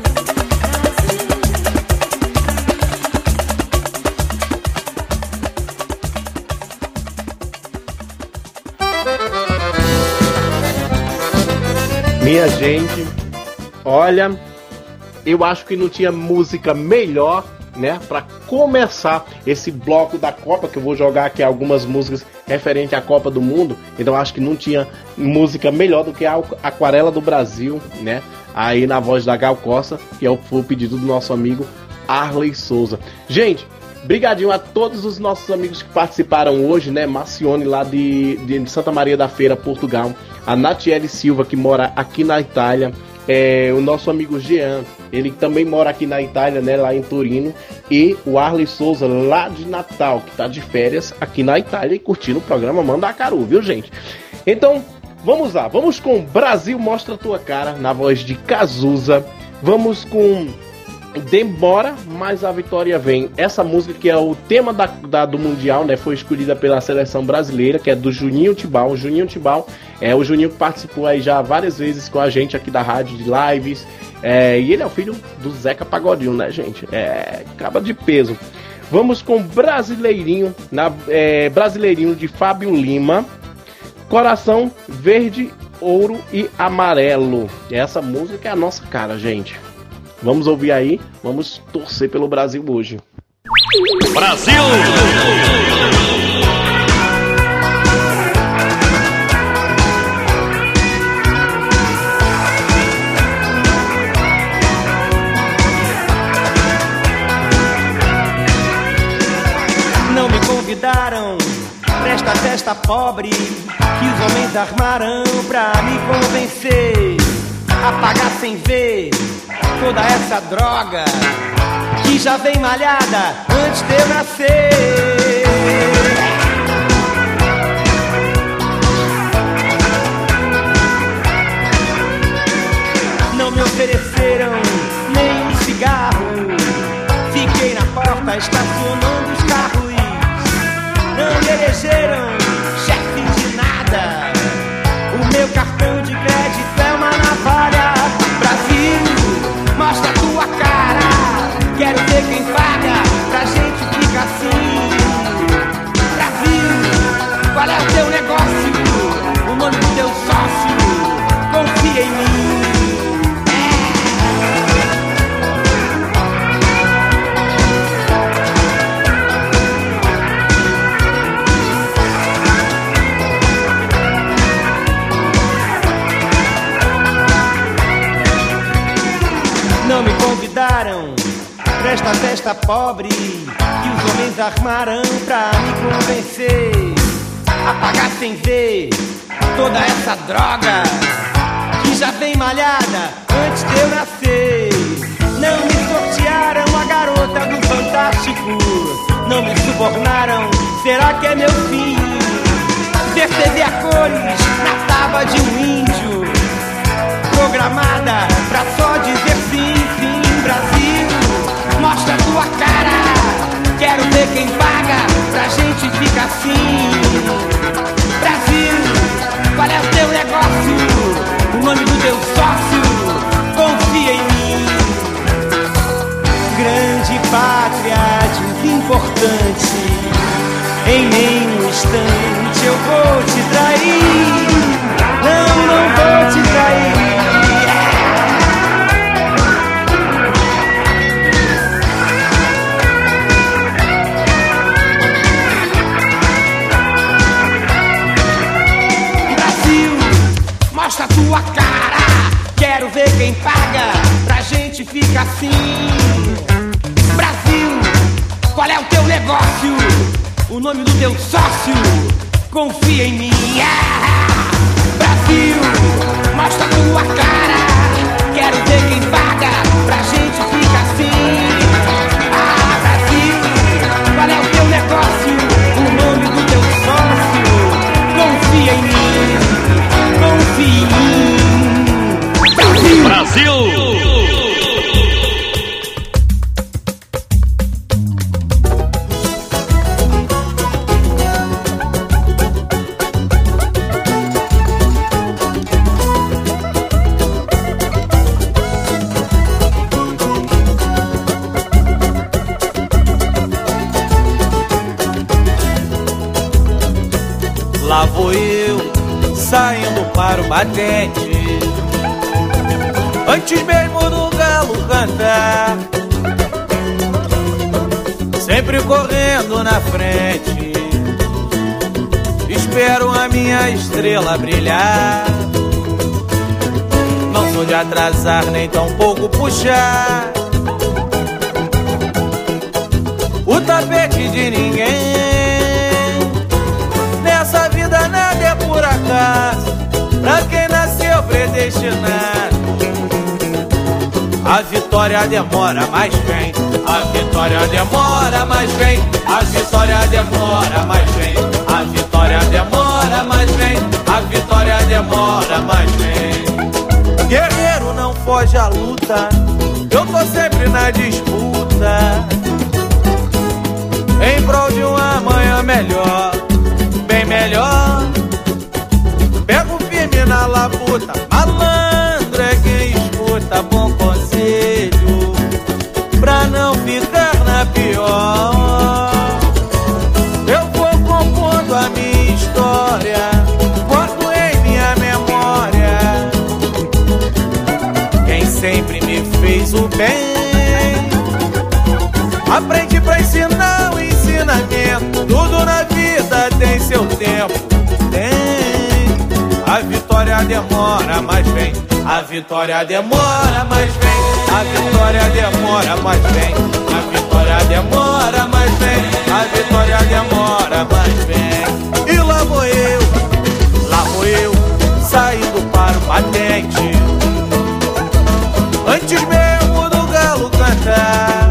Minha gente, olha, eu acho que não tinha música melhor, né, pra começar esse bloco da Copa, que eu vou jogar aqui algumas músicas referente à Copa do Mundo. Então acho que não tinha música melhor do que a Aquarela do Brasil, né, aí na voz da Gal Costa, que foi o pedido do nosso amigo Arley Souza. Gente, brigadinho a todos os nossos amigos que participaram hoje, né, Marcione lá de, de Santa Maria da Feira, Portugal, a Natiele Silva, que mora aqui na Itália, é, o nosso amigo Jean, ele também mora aqui na Itália, né, lá em Torino, e o Arley Souza, lá de Natal, que tá de férias aqui na Itália e curtindo o programa Mandacaru, viu, gente? Então, vamos lá, vamos com Brasil Mostra Tua Cara, na voz de Cazuza. Vamos com Demora, mas a vitória vem. Essa música que é o tema da, da, do Mundial, né? Foi escolhida pela seleção brasileira, que é do Juninho Tibau. O Juninho Tibau é o Juninho que participou aí já várias vezes com a gente aqui da rádio, de lives. É, e ele é o filho do Zeca Pagodinho, né, gente? É, acaba de peso. Vamos com Brasileirinho, na, é, Brasileirinho de Fábio Lima. Coração Verde, Ouro e Amarelo. Essa música é a nossa cara, gente. Vamos ouvir aí, vamos torcer pelo Brasil hoje. Brasil! Não me convidaram pra esta festa pobre que os homens armaram pra me convencer a pagar sem ver toda essa droga que já vem malhada antes de eu nascer. Não me ofereceram nem um cigarro, fiquei na porta estacionando os carros. Não me elegeram chefe de nada, o meu cartão de crédito é uma navalha. Brasil, mostra a tua cara, quero ver quem paga pra gente ficar assim. Brasil, qual é o teu negócio, o nome do teu sócio, confia em mim. Não me convidaram pra esta festa pobre que os homens armaram pra me convencer a pagar sem ver toda essa droga que já vem malhada antes de eu nascer. Não me sortearam a garota do Fantástico, não me subornaram, será que é meu fim? Perceber a cores na tábua de um índio, instante eu vou te trair. Não, não vou te trair. Mostra tua cara, Quero ver quem paga pra gente ficar assim. Brasil, qual é o teu negócio? O nome do teu sócio, confia em mim. Ah, Brasil, mostra tua cara, Quero ver quem paga pra gente ficar assim. Ah, Brasil, Qual é o teu negócio? O nome do teu sócio, confia em mim. Confia em mim. Brasil, Brasil! Lá vou eu, saindo para o batente, antes mesmo do galo cantar, sempre correndo na frente, espero a minha estrela brilhar. Não sou de atrasar nem tão pouco puxar o tapete de ninguém. Nessa vida nada é por acaso, pra quem nasceu predestinado. A vitória demora, mas vem. A vitória demora, mas vem. A vitória demora, mas vem. A vitória demora, mas vem. A vitória demora, mas vem. Guerreiro não foge à luta, eu tô sempre na disputa, em prol de um amanhã melhor, bem melhor. Pego firme na labuta, malandro é quem escuta bom conselho, pra não ficar na pior. Eu vou compondo a minha história, guardo em minha memória quem sempre me fez o bem. Aprende pra ensinar o ensinamento, tudo na vida tem seu tempo, tem. A vitória demora, mas vem. A vitória demora, mas vem. A vitória demora, mas vem. A vitória demora, mas vem. A vitória demora, mas vem. E lá vou eu, lá vou eu, saindo para o batente, antes mesmo do galo cantar,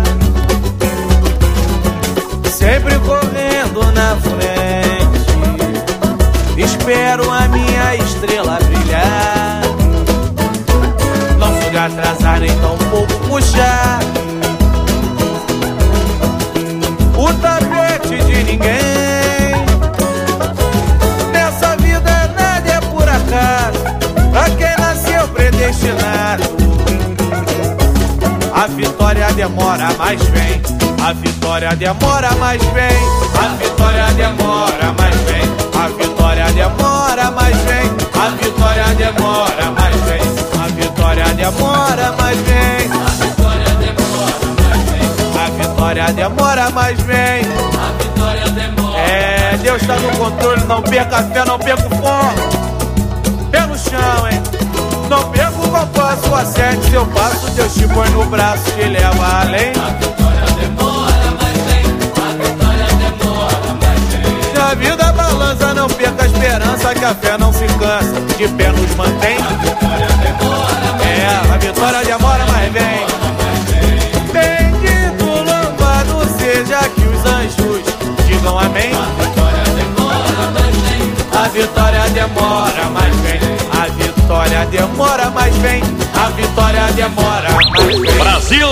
sempre correndo na frente, espero a minha estrela brilhar. Não sou de atrasar nem tão pouco puxar o tapete de ninguém. Nessa vida nada é por acaso, pra quem nasceu predestinado. A vitória demora, mas vem. A vitória demora, mas vem. A vitória demora, mas vem. A vitória demora, mas vem. A vitória demora, mas vem. A vitória demora, mas vem. A vitória demora, mas vem. A vitória demora, mas vem. A vitória demora. É, Deus está no controle, não perca a fé, não perca o foco. Pé no chão, hein? Não perca o compasso, acerte seu passo, Deus te põe no braço, te leva além. A vitória demora, mas vem. A vitória demora, mas vem. Se a vida balança, não perca a esperança, que a fé não se cansa, de pé nos mantém. A vitória demora, mas é, a vitória demora, mas vem. Bendito, louvado seja que os anjos digam amém. A vitória demora, mas vem. A vitória demora, mas vem. A vitória demora, mas vem. A vitória demora, mas vem. Brasil!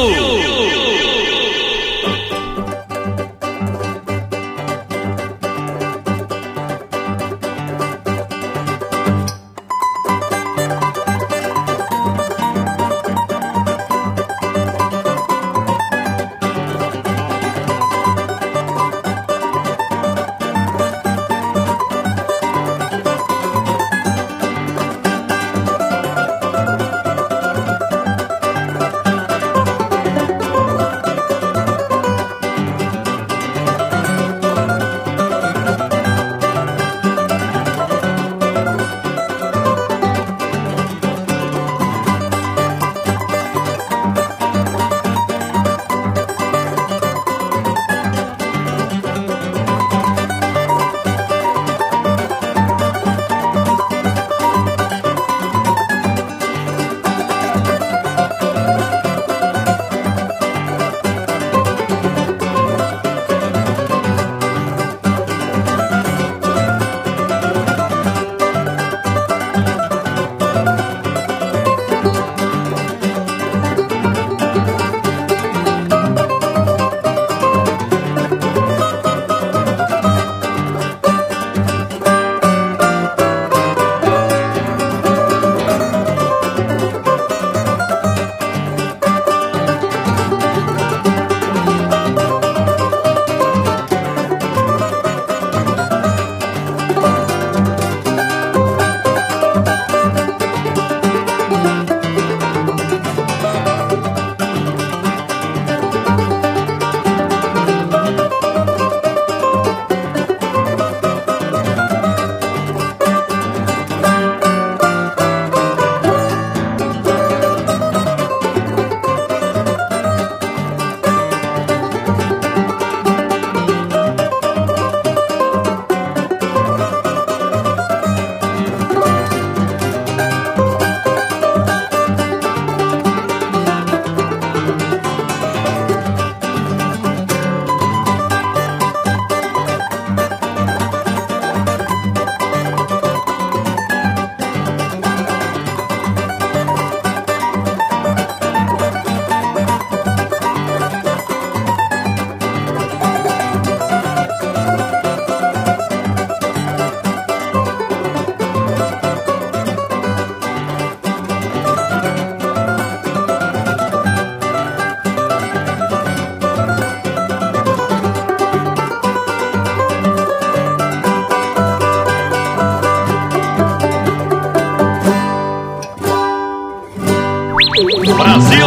Brasil!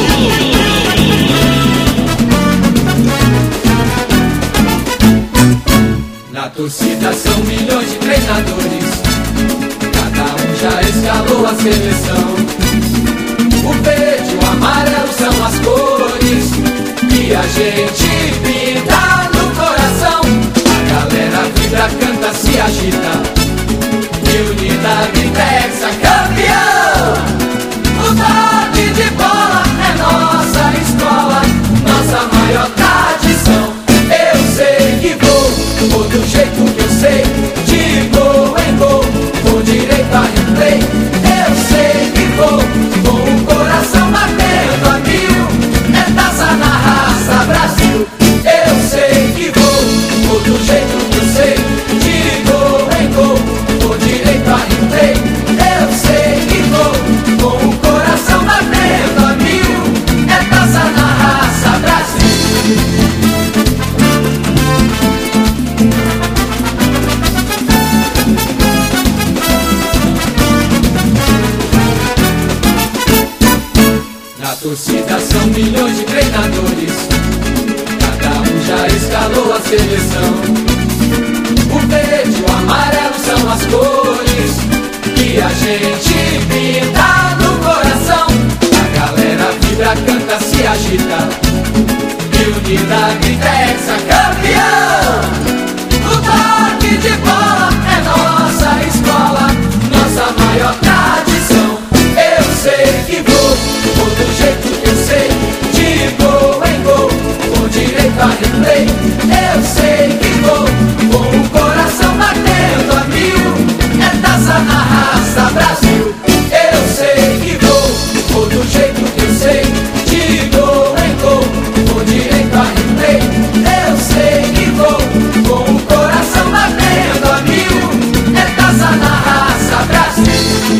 Na torcida são milhões de treinadores, cada um já escalou a seleção. O verde e o amarelo são as cores que a gente pinta no coração. A galera vibra, canta, se agita e unida grita hexacampeão. O toque de bola é nossa escola, nossa maior tradição. Eu sei que vou, vou do jeito que eu sei, de gol em gol, vou direito a replay. Eu sei que vou, com o coração batendo a mil, é taça na raça Brasil. Eu sei que vou, vou do jeito que eu sei, de gol em gol, vou direito a replay. Eu sei que vou, com o coração batendo a mil, é taça na raça Brasil. Na torcida são milhões de treinadores, cada um já escalou a seleção. O verde e o amarelo são as cores que a gente pinta no coração. A galera vibra, canta, se agita e unida grita hexacampeão. O toque de bola é nossa escola, nossa maior tradição. Eu sei que vou, vou do jeito que eu sei, de gol em gol, com direito a replay. Eu sei que vou, com o coração batendo a mil, é taça na raça Brasil. Eu sei que vou, vou do jeito que eu sei, de gol em gol, com direito a replay. Eu sei que vou, com o coração batendo a mil, é taça na raça Brasil.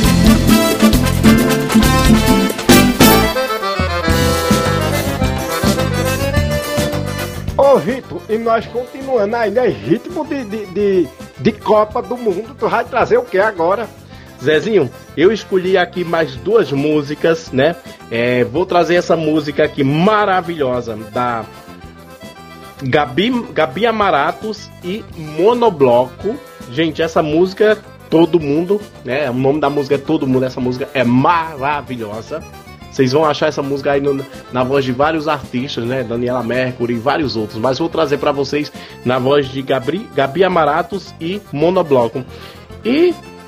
Ô Vitor, e nós continuando ainda em ritmo de, de, de, de Copa do Mundo, tu vai trazer o que agora? Zezinho, eu escolhi aqui mais duas músicas, né? É, vou trazer essa música aqui maravilhosa da Gabi, Gabi Amaratos e Monobloco. Gente, essa música, todo mundo, né? O nome da música é Todo Mundo, essa música é maravilhosa. Vocês vão achar essa música aí no, na voz de vários artistas, né? Daniela Mercury e vários outros. Mas vou trazer pra vocês na voz de Gabi, Gabi Amaratos e Monobloco. E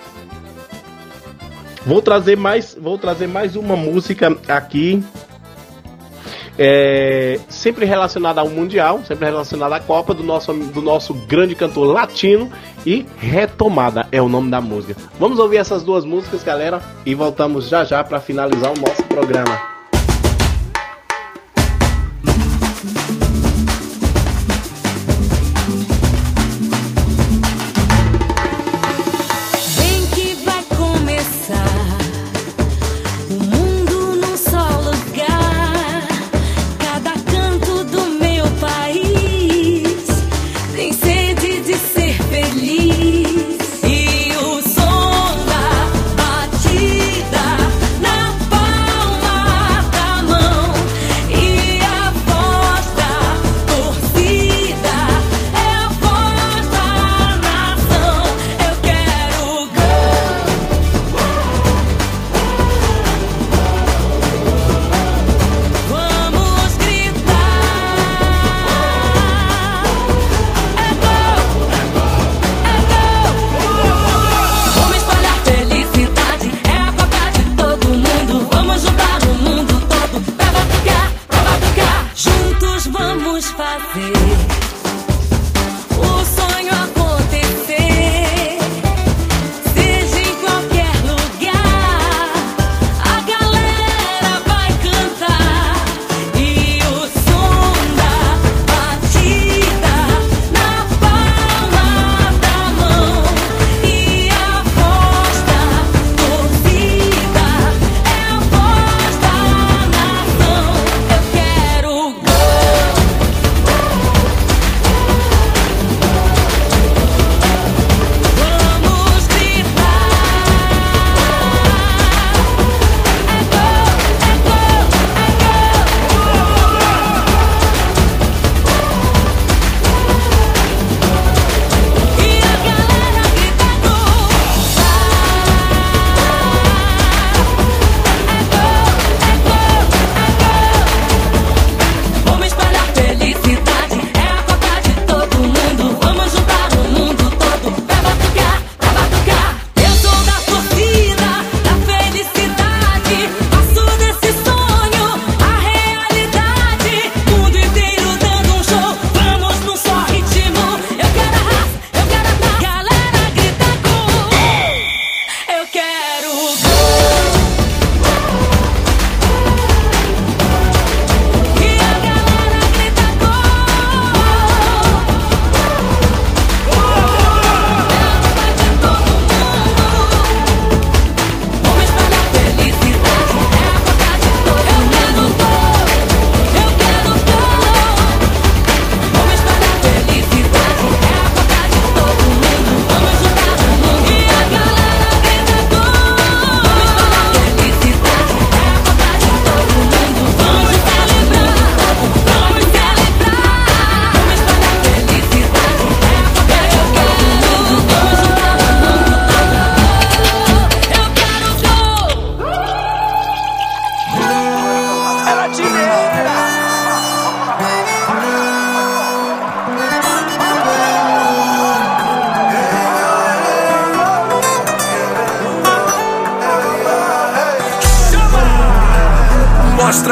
vou trazer mais, vou trazer mais uma música aqui. É, sempre relacionada ao Mundial, sempre relacionada à Copa, do nosso, do nosso grande cantor latino, e Retomada é o nome da música. Vamos ouvir essas duas músicas, galera, e voltamos já já para finalizar o nosso programa. Na palma da mão e a voz da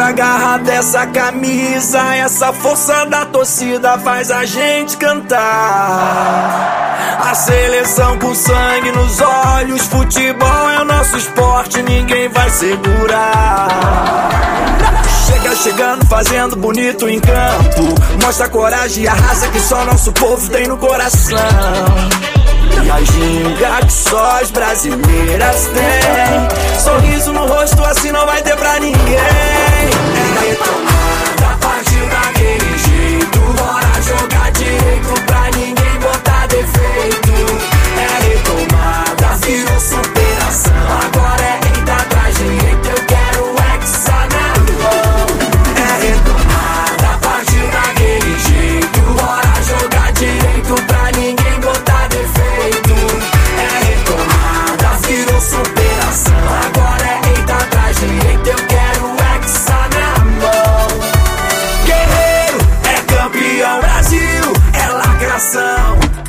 na garra dessa camisa, essa força da torcida faz a gente cantar. A seleção com sangue nos olhos, futebol é o nosso esporte, ninguém vai segurar. Chega chegando, fazendo bonito em campo, mostra a coragem e a raça que só nosso povo tem no coração. E a ginga que só as brasileiras têm, sorriso no rosto assim não vai ter pra ninguém. É retomada, partiu daquele jeito, bora jogar direito pra ninguém botar defeito. É retomada, virou superação, agora é eita atrás direito, eu quero hexa na mão. É retomada, partiu daquele jeito, bora jogar direito pra ninguém botar defeito. É retomada, virou superação, agora é eita atrás direito, eu quero hexa na mão. Guerreiro é campeão, Brasil é lacração.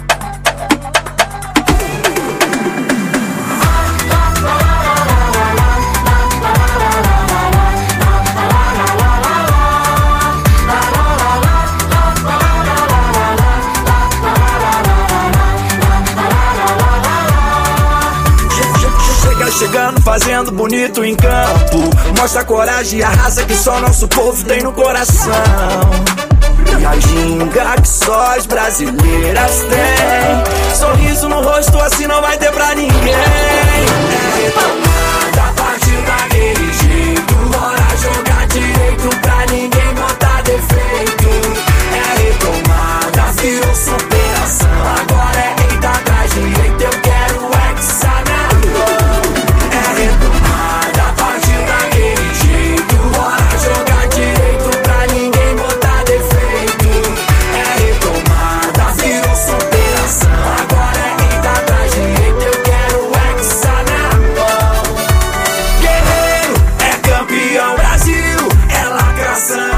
Chegando, fazendo bonito em campo, mostra a coragem e a raça que só nosso povo tem no coração. E a ginga que só as brasileiras têm, sorriso no rosto assim não vai ter pra ninguém. É retomada, partiu daquele jeito, bora jogar direito pra ninguém botar defeito. É retomada, virou superação, agora é eita atrás direito, eu quero hexa na mão. Retomada, partiu daquele jeito, bora jogar direito pra ninguém botar defeito. É retomada, virou superação, agora é eita atrás direito, eu quero hexa na mão. Guerreiro é campeão, Brasil é lacração.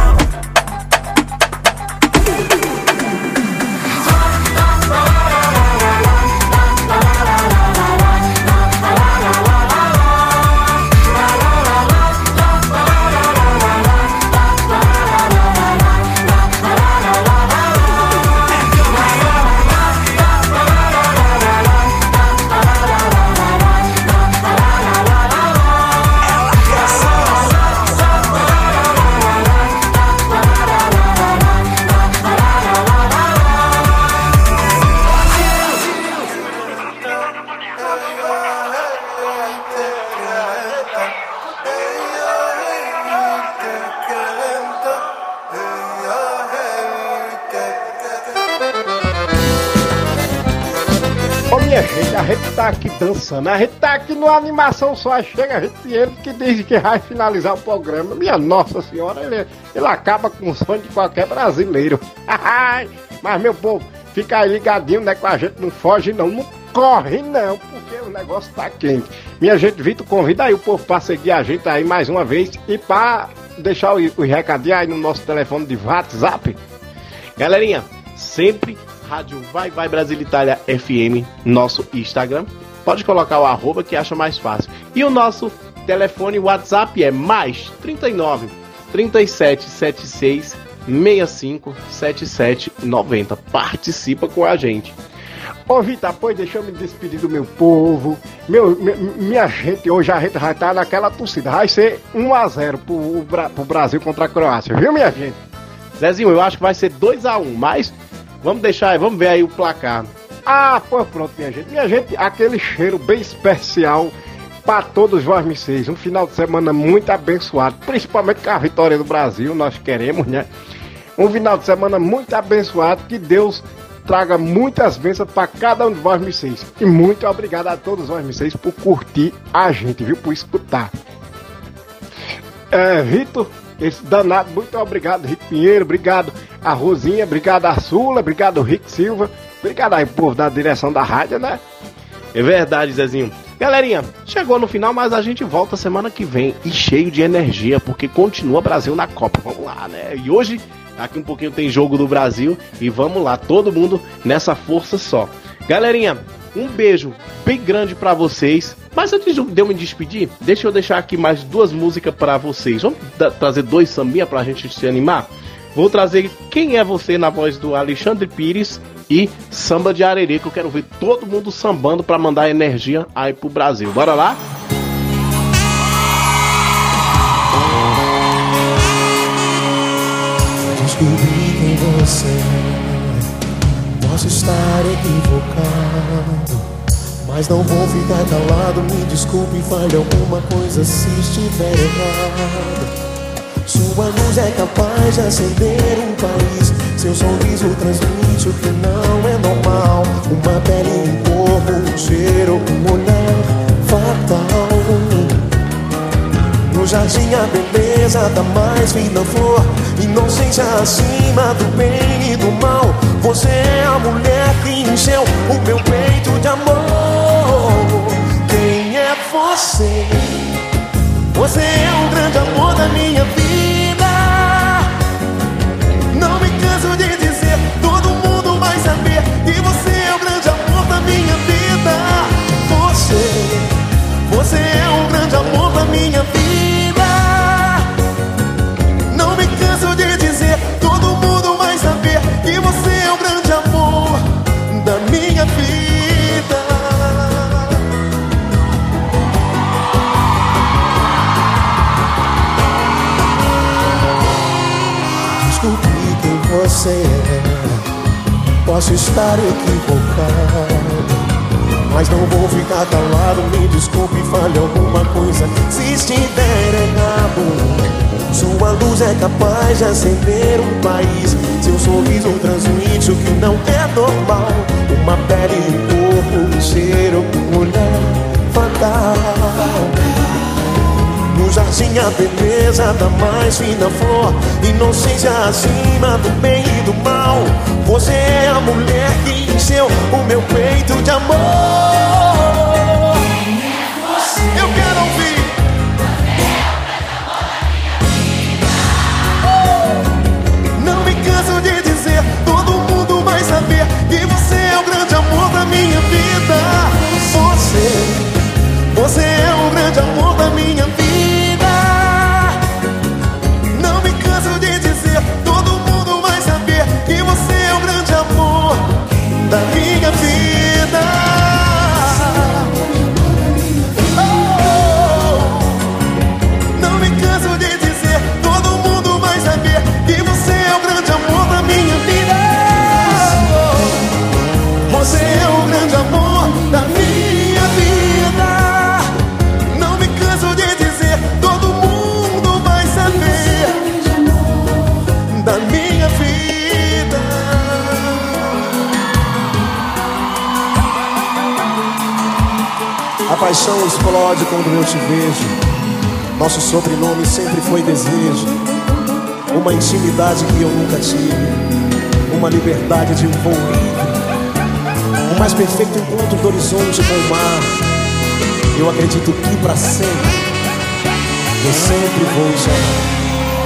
A gente tá aqui dançando, a gente tá aqui numa animação só, chega a gente e ele que diz que vai finalizar o programa. Minha Nossa Senhora, ele, ele acaba com o sonho de qualquer brasileiro. Mas meu povo, fica aí ligadinho, né, com a gente, não foge não, não corre não, porque o negócio tá quente. Minha gente, Vitor, convida aí o povo pra seguir a gente aí mais uma vez e pra deixar o, o recadinho aí no nosso telefone de WhatsApp. Galerinha, sempre Rádio Vai Vai Brasil Itália F M, nosso Instagram. Pode colocar o arroba que acha mais fácil. E o nosso telefone WhatsApp é mais trinta e nove, trinta e sete, setenta e seis, sessenta e cinco, setenta e sete, noventa. Participa com a gente. Ô Vitor, pois deixa eu me despedir do meu povo. Meu, minha gente, hoje a gente vai estar naquela torcida. Vai ser um a zero pro, pro Brasil contra a Croácia, viu, minha gente? Zezinho, eu acho que vai ser dois a um, mas vamos deixar, vamos ver aí o placar. Ah, pô, pronto, minha gente. Minha gente, aquele cheiro bem especial para todos vocês. Um final de semana muito abençoado, principalmente com a vitória do Brasil, nós queremos, né? Um final de semana muito abençoado, que Deus traga muitas bênçãos para cada um de vocês. E muito obrigado a todos vocês por curtir a gente, viu? Por escutar. É, Vitor, esse danado, muito obrigado, Rick Pinheiro, obrigado a Rosinha, obrigado a Sula, obrigado Rick Silva, obrigado aí, povo da direção da rádio, né? É verdade, Zezinho. Galerinha, chegou no final, mas a gente volta semana que vem e cheio de energia, porque continua Brasil na Copa. Vamos lá, né? E hoje, daqui um pouquinho tem jogo do Brasil e vamos lá, todo mundo nessa força só. Galerinha, Um beijo bem grande pra vocês. Mas antes de eu me despedir, deixa eu deixar aqui mais duas músicas pra vocês. Vamos trazer dois sambinha pra gente se animar? Vou trazer Quem é Você na voz do Alexandre Pires e Samba de Arerê, que eu quero ver todo mundo sambando pra mandar energia aí pro Brasil. Bora lá? Descobri quem você é. Posso estar equivocado, mas não vou ficar calado. Me desculpe, fale alguma coisa se estiver errado. Sua luz é capaz de acender um país. Seu sorriso transmite o que não é normal. Uma pele, um corpo, um cheiro, um olhar fatal. No jardim a beleza da mais fina flor, inocência acima do bem e do mal. Você é a mulher que encheu o meu peito de amor. Quem é você? Você é o grande amor da minha vida. Não me canso de dizer, todo mundo vai saber que você é o grande amor da minha vida. Você, você é o grande amor da minha vida. Não me canso de dizer, todo mundo vai saber que você é o grande amor da minha vida. Descobri quem você é. Posso estar equivocado, mas não vou ficar calado. Me desculpe, fale alguma coisa se estiver errado. Sua luz é capaz de acender um país. Seu sorriso transmite o que não é normal. Uma pele, um corpo, um cheiro, um olhar fatal. No jardim a beleza da mais fina flor, inocência acima do bem e do mal. Você é a mulher que encheu o meu peito de amor. Eu quero ouvir. Não me canso de dizer, todo mundo vai saber que você é o grande amor da minha vida. Você, você é o grande amor da minha vida. Não me canso de dizer, todo mundo vai saber que você é o grande amor da minha vida. Oh, não me canso de dizer, todo mundo vai saber que você é o grande amor da minha vida. Oh, você é o grande amor da minha vida. Não me canso de dizer, todo mundo vai saber da minha vida. A paixão explode quando eu te vejo. Nosso sobrenome sempre foi desejo. Uma intimidade que eu nunca tive. Uma liberdade de um voo livre. O mais perfeito encontro do horizonte com o mar. Eu acredito que pra sempre eu sempre vou te amar.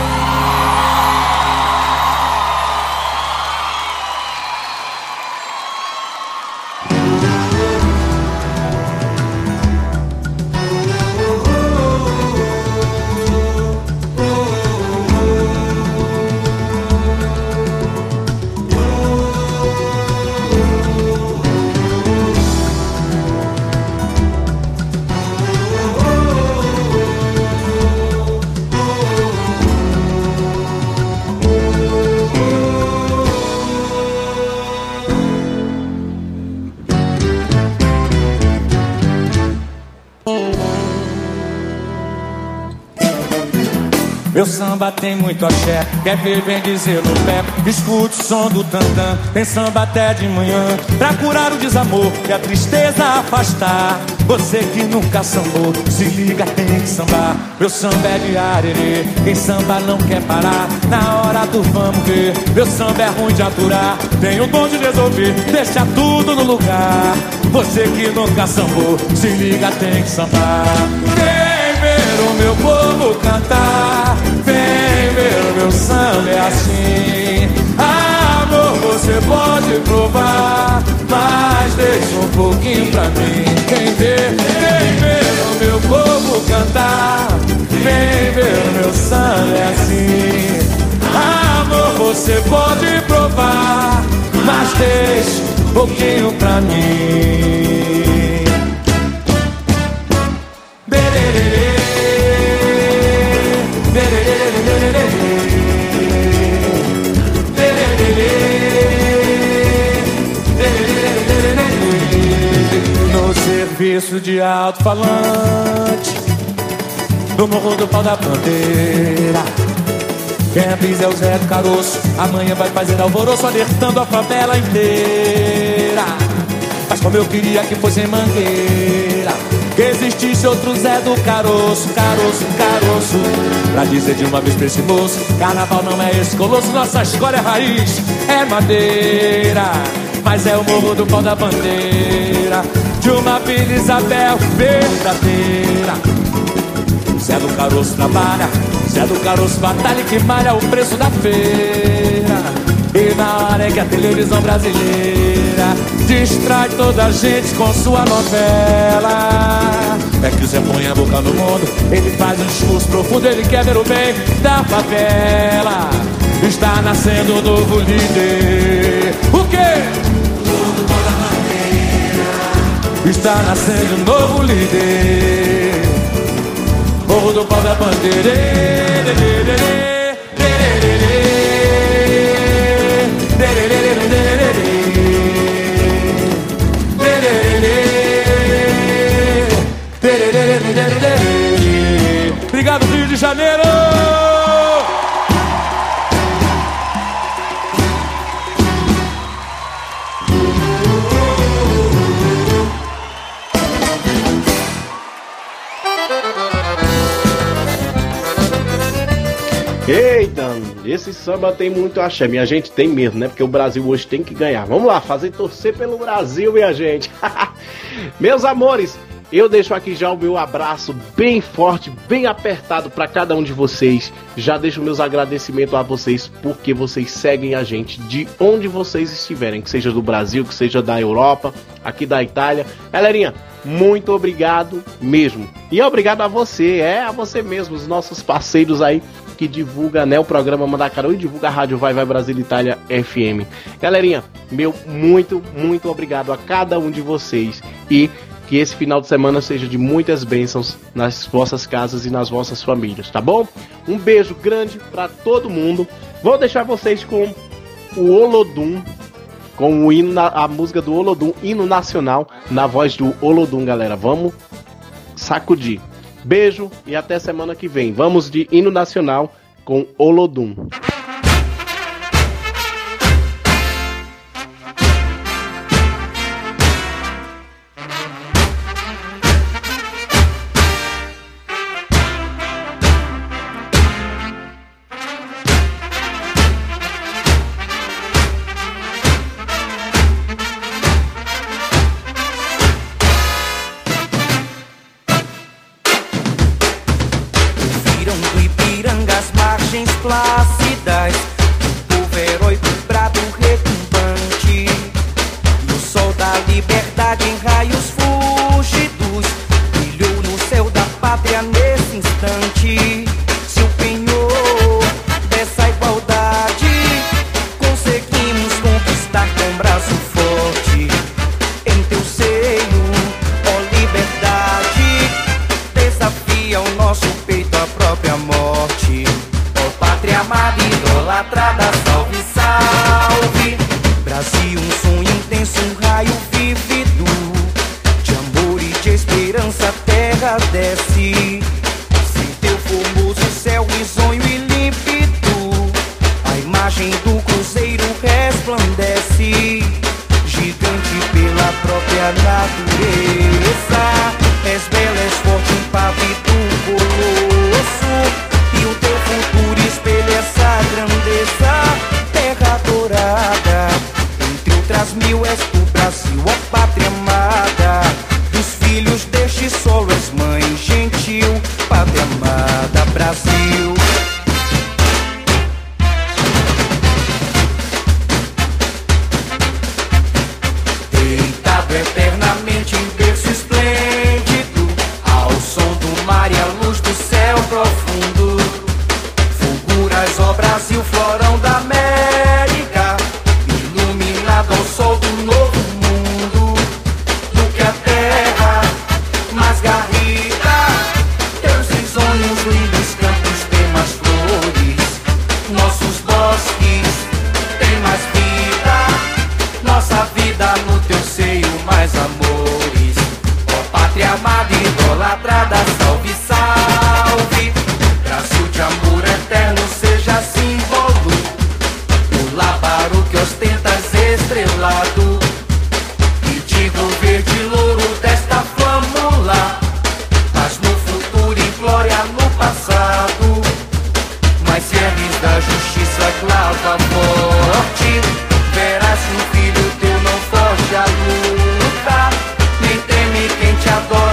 Meu samba tem muito axé, quer ver, vem dizer no pé. Escute o som do tantã, tem samba até de manhã, pra curar o desamor e a tristeza afastar. Você que nunca sambou, se liga, tem que sambar. Meu samba é de arerê, quem samba não quer parar. Na hora do vamos ver, meu samba é ruim de aturar. Tem o dom de resolver, deixa tudo no lugar. Você que nunca sambou, se liga, tem que sambar. Vem ver o meu povo cantar, vem ver o meu samba é assim. Amor, você pode provar, mas deixa um pouquinho pra mim. Vem ver, vem ver o meu povo cantar. Vem ver o meu samba é assim. Amor, você pode provar, mas deixe um pouquinho pra mim. Bererê, bererê, no serviço de alto-falante no Morro do Pau da Bandeira, quem avisa é o Zé do Caroço. Amanhã vai fazer alvoroço alertando a favela inteira. Mas como eu queria que fosse em Mangueira, que existisse outro Zé do Caroço, Caroço, Caroço, pra dizer de uma vez pra esse moço: carnaval não é esse colosso, nossa escola é raiz, é madeira. Mas é o Morro do Pau da Bandeira, de uma Vila Isabel verdadeira. Zé do Caroço trabalha, Zé do Caroço batalha que malha o preço da feira. E na hora é que a televisão brasileira distrai toda a gente com sua novela, é que o Zé põe a boca no mundo, ele faz um discurso profundo, ele quer ver o bem da favela. Está nascendo um novo líder. O quê? Está nascendo um novo líder. Morro do Pau da Bandeira. Obrigado, Rio de Janeiro. Eita, esse samba tem muito axé, minha gente, tem mesmo, né? Porque o Brasil hoje tem que ganhar. Vamos lá, fazer torcer pelo Brasil, minha gente. Meus amores, eu deixo aqui já o meu abraço bem forte, bem apertado para cada um de vocês. Já deixo meus agradecimentos a vocês porque vocês seguem a gente de onde vocês estiverem, que seja do Brasil, que seja da Europa, aqui da Itália. Galerinha, muito obrigado mesmo. E obrigado a você, é a você mesmo, os nossos parceiros aí que divulga, né, o programa Mandacaru e divulga a rádio Vai Vai Brasil Itália F M. Galerinha, meu muito, muito obrigado a cada um de vocês e que esse final de semana seja de muitas bênçãos nas vossas casas e nas vossas famílias, tá bom? Um beijo grande pra todo mundo. Vou deixar vocês com o Olodum, com o hino, a música do Olodum, hino nacional, na voz do Olodum, galera. Vamos sacudir. Beijo e até semana que vem. Vamos de hino nacional com Olodum. Plácidas, o povo heróico, brado, retumbante, e o sol da liberdade em raios fúlgidos brilhou no céu da pátria nesse instante. Se empenhou dessa igualdade, conseguimos conquistar com braço forte. Em teu seio, ó liberdade, desafia o nosso peito a própria morte. Pátria amada, idolatrada, salve, salve. Brasil, um sonho intenso, um raio vívido de amor e de esperança, a terra desce. Sem teu formoso céu risonho e límpido, a imagem do cruzeiro resplandece. Gigante pela própria natureza, és bela, és forte, impávido, um colosso. E o teu futuro espelha essa grandeza, terra dourada. Entre outras mil és tu, Brasil, ó pátria amada. Dos filhos deste solo és mãe gentil, pátria amada, Brasil. Deitado eternamente adora.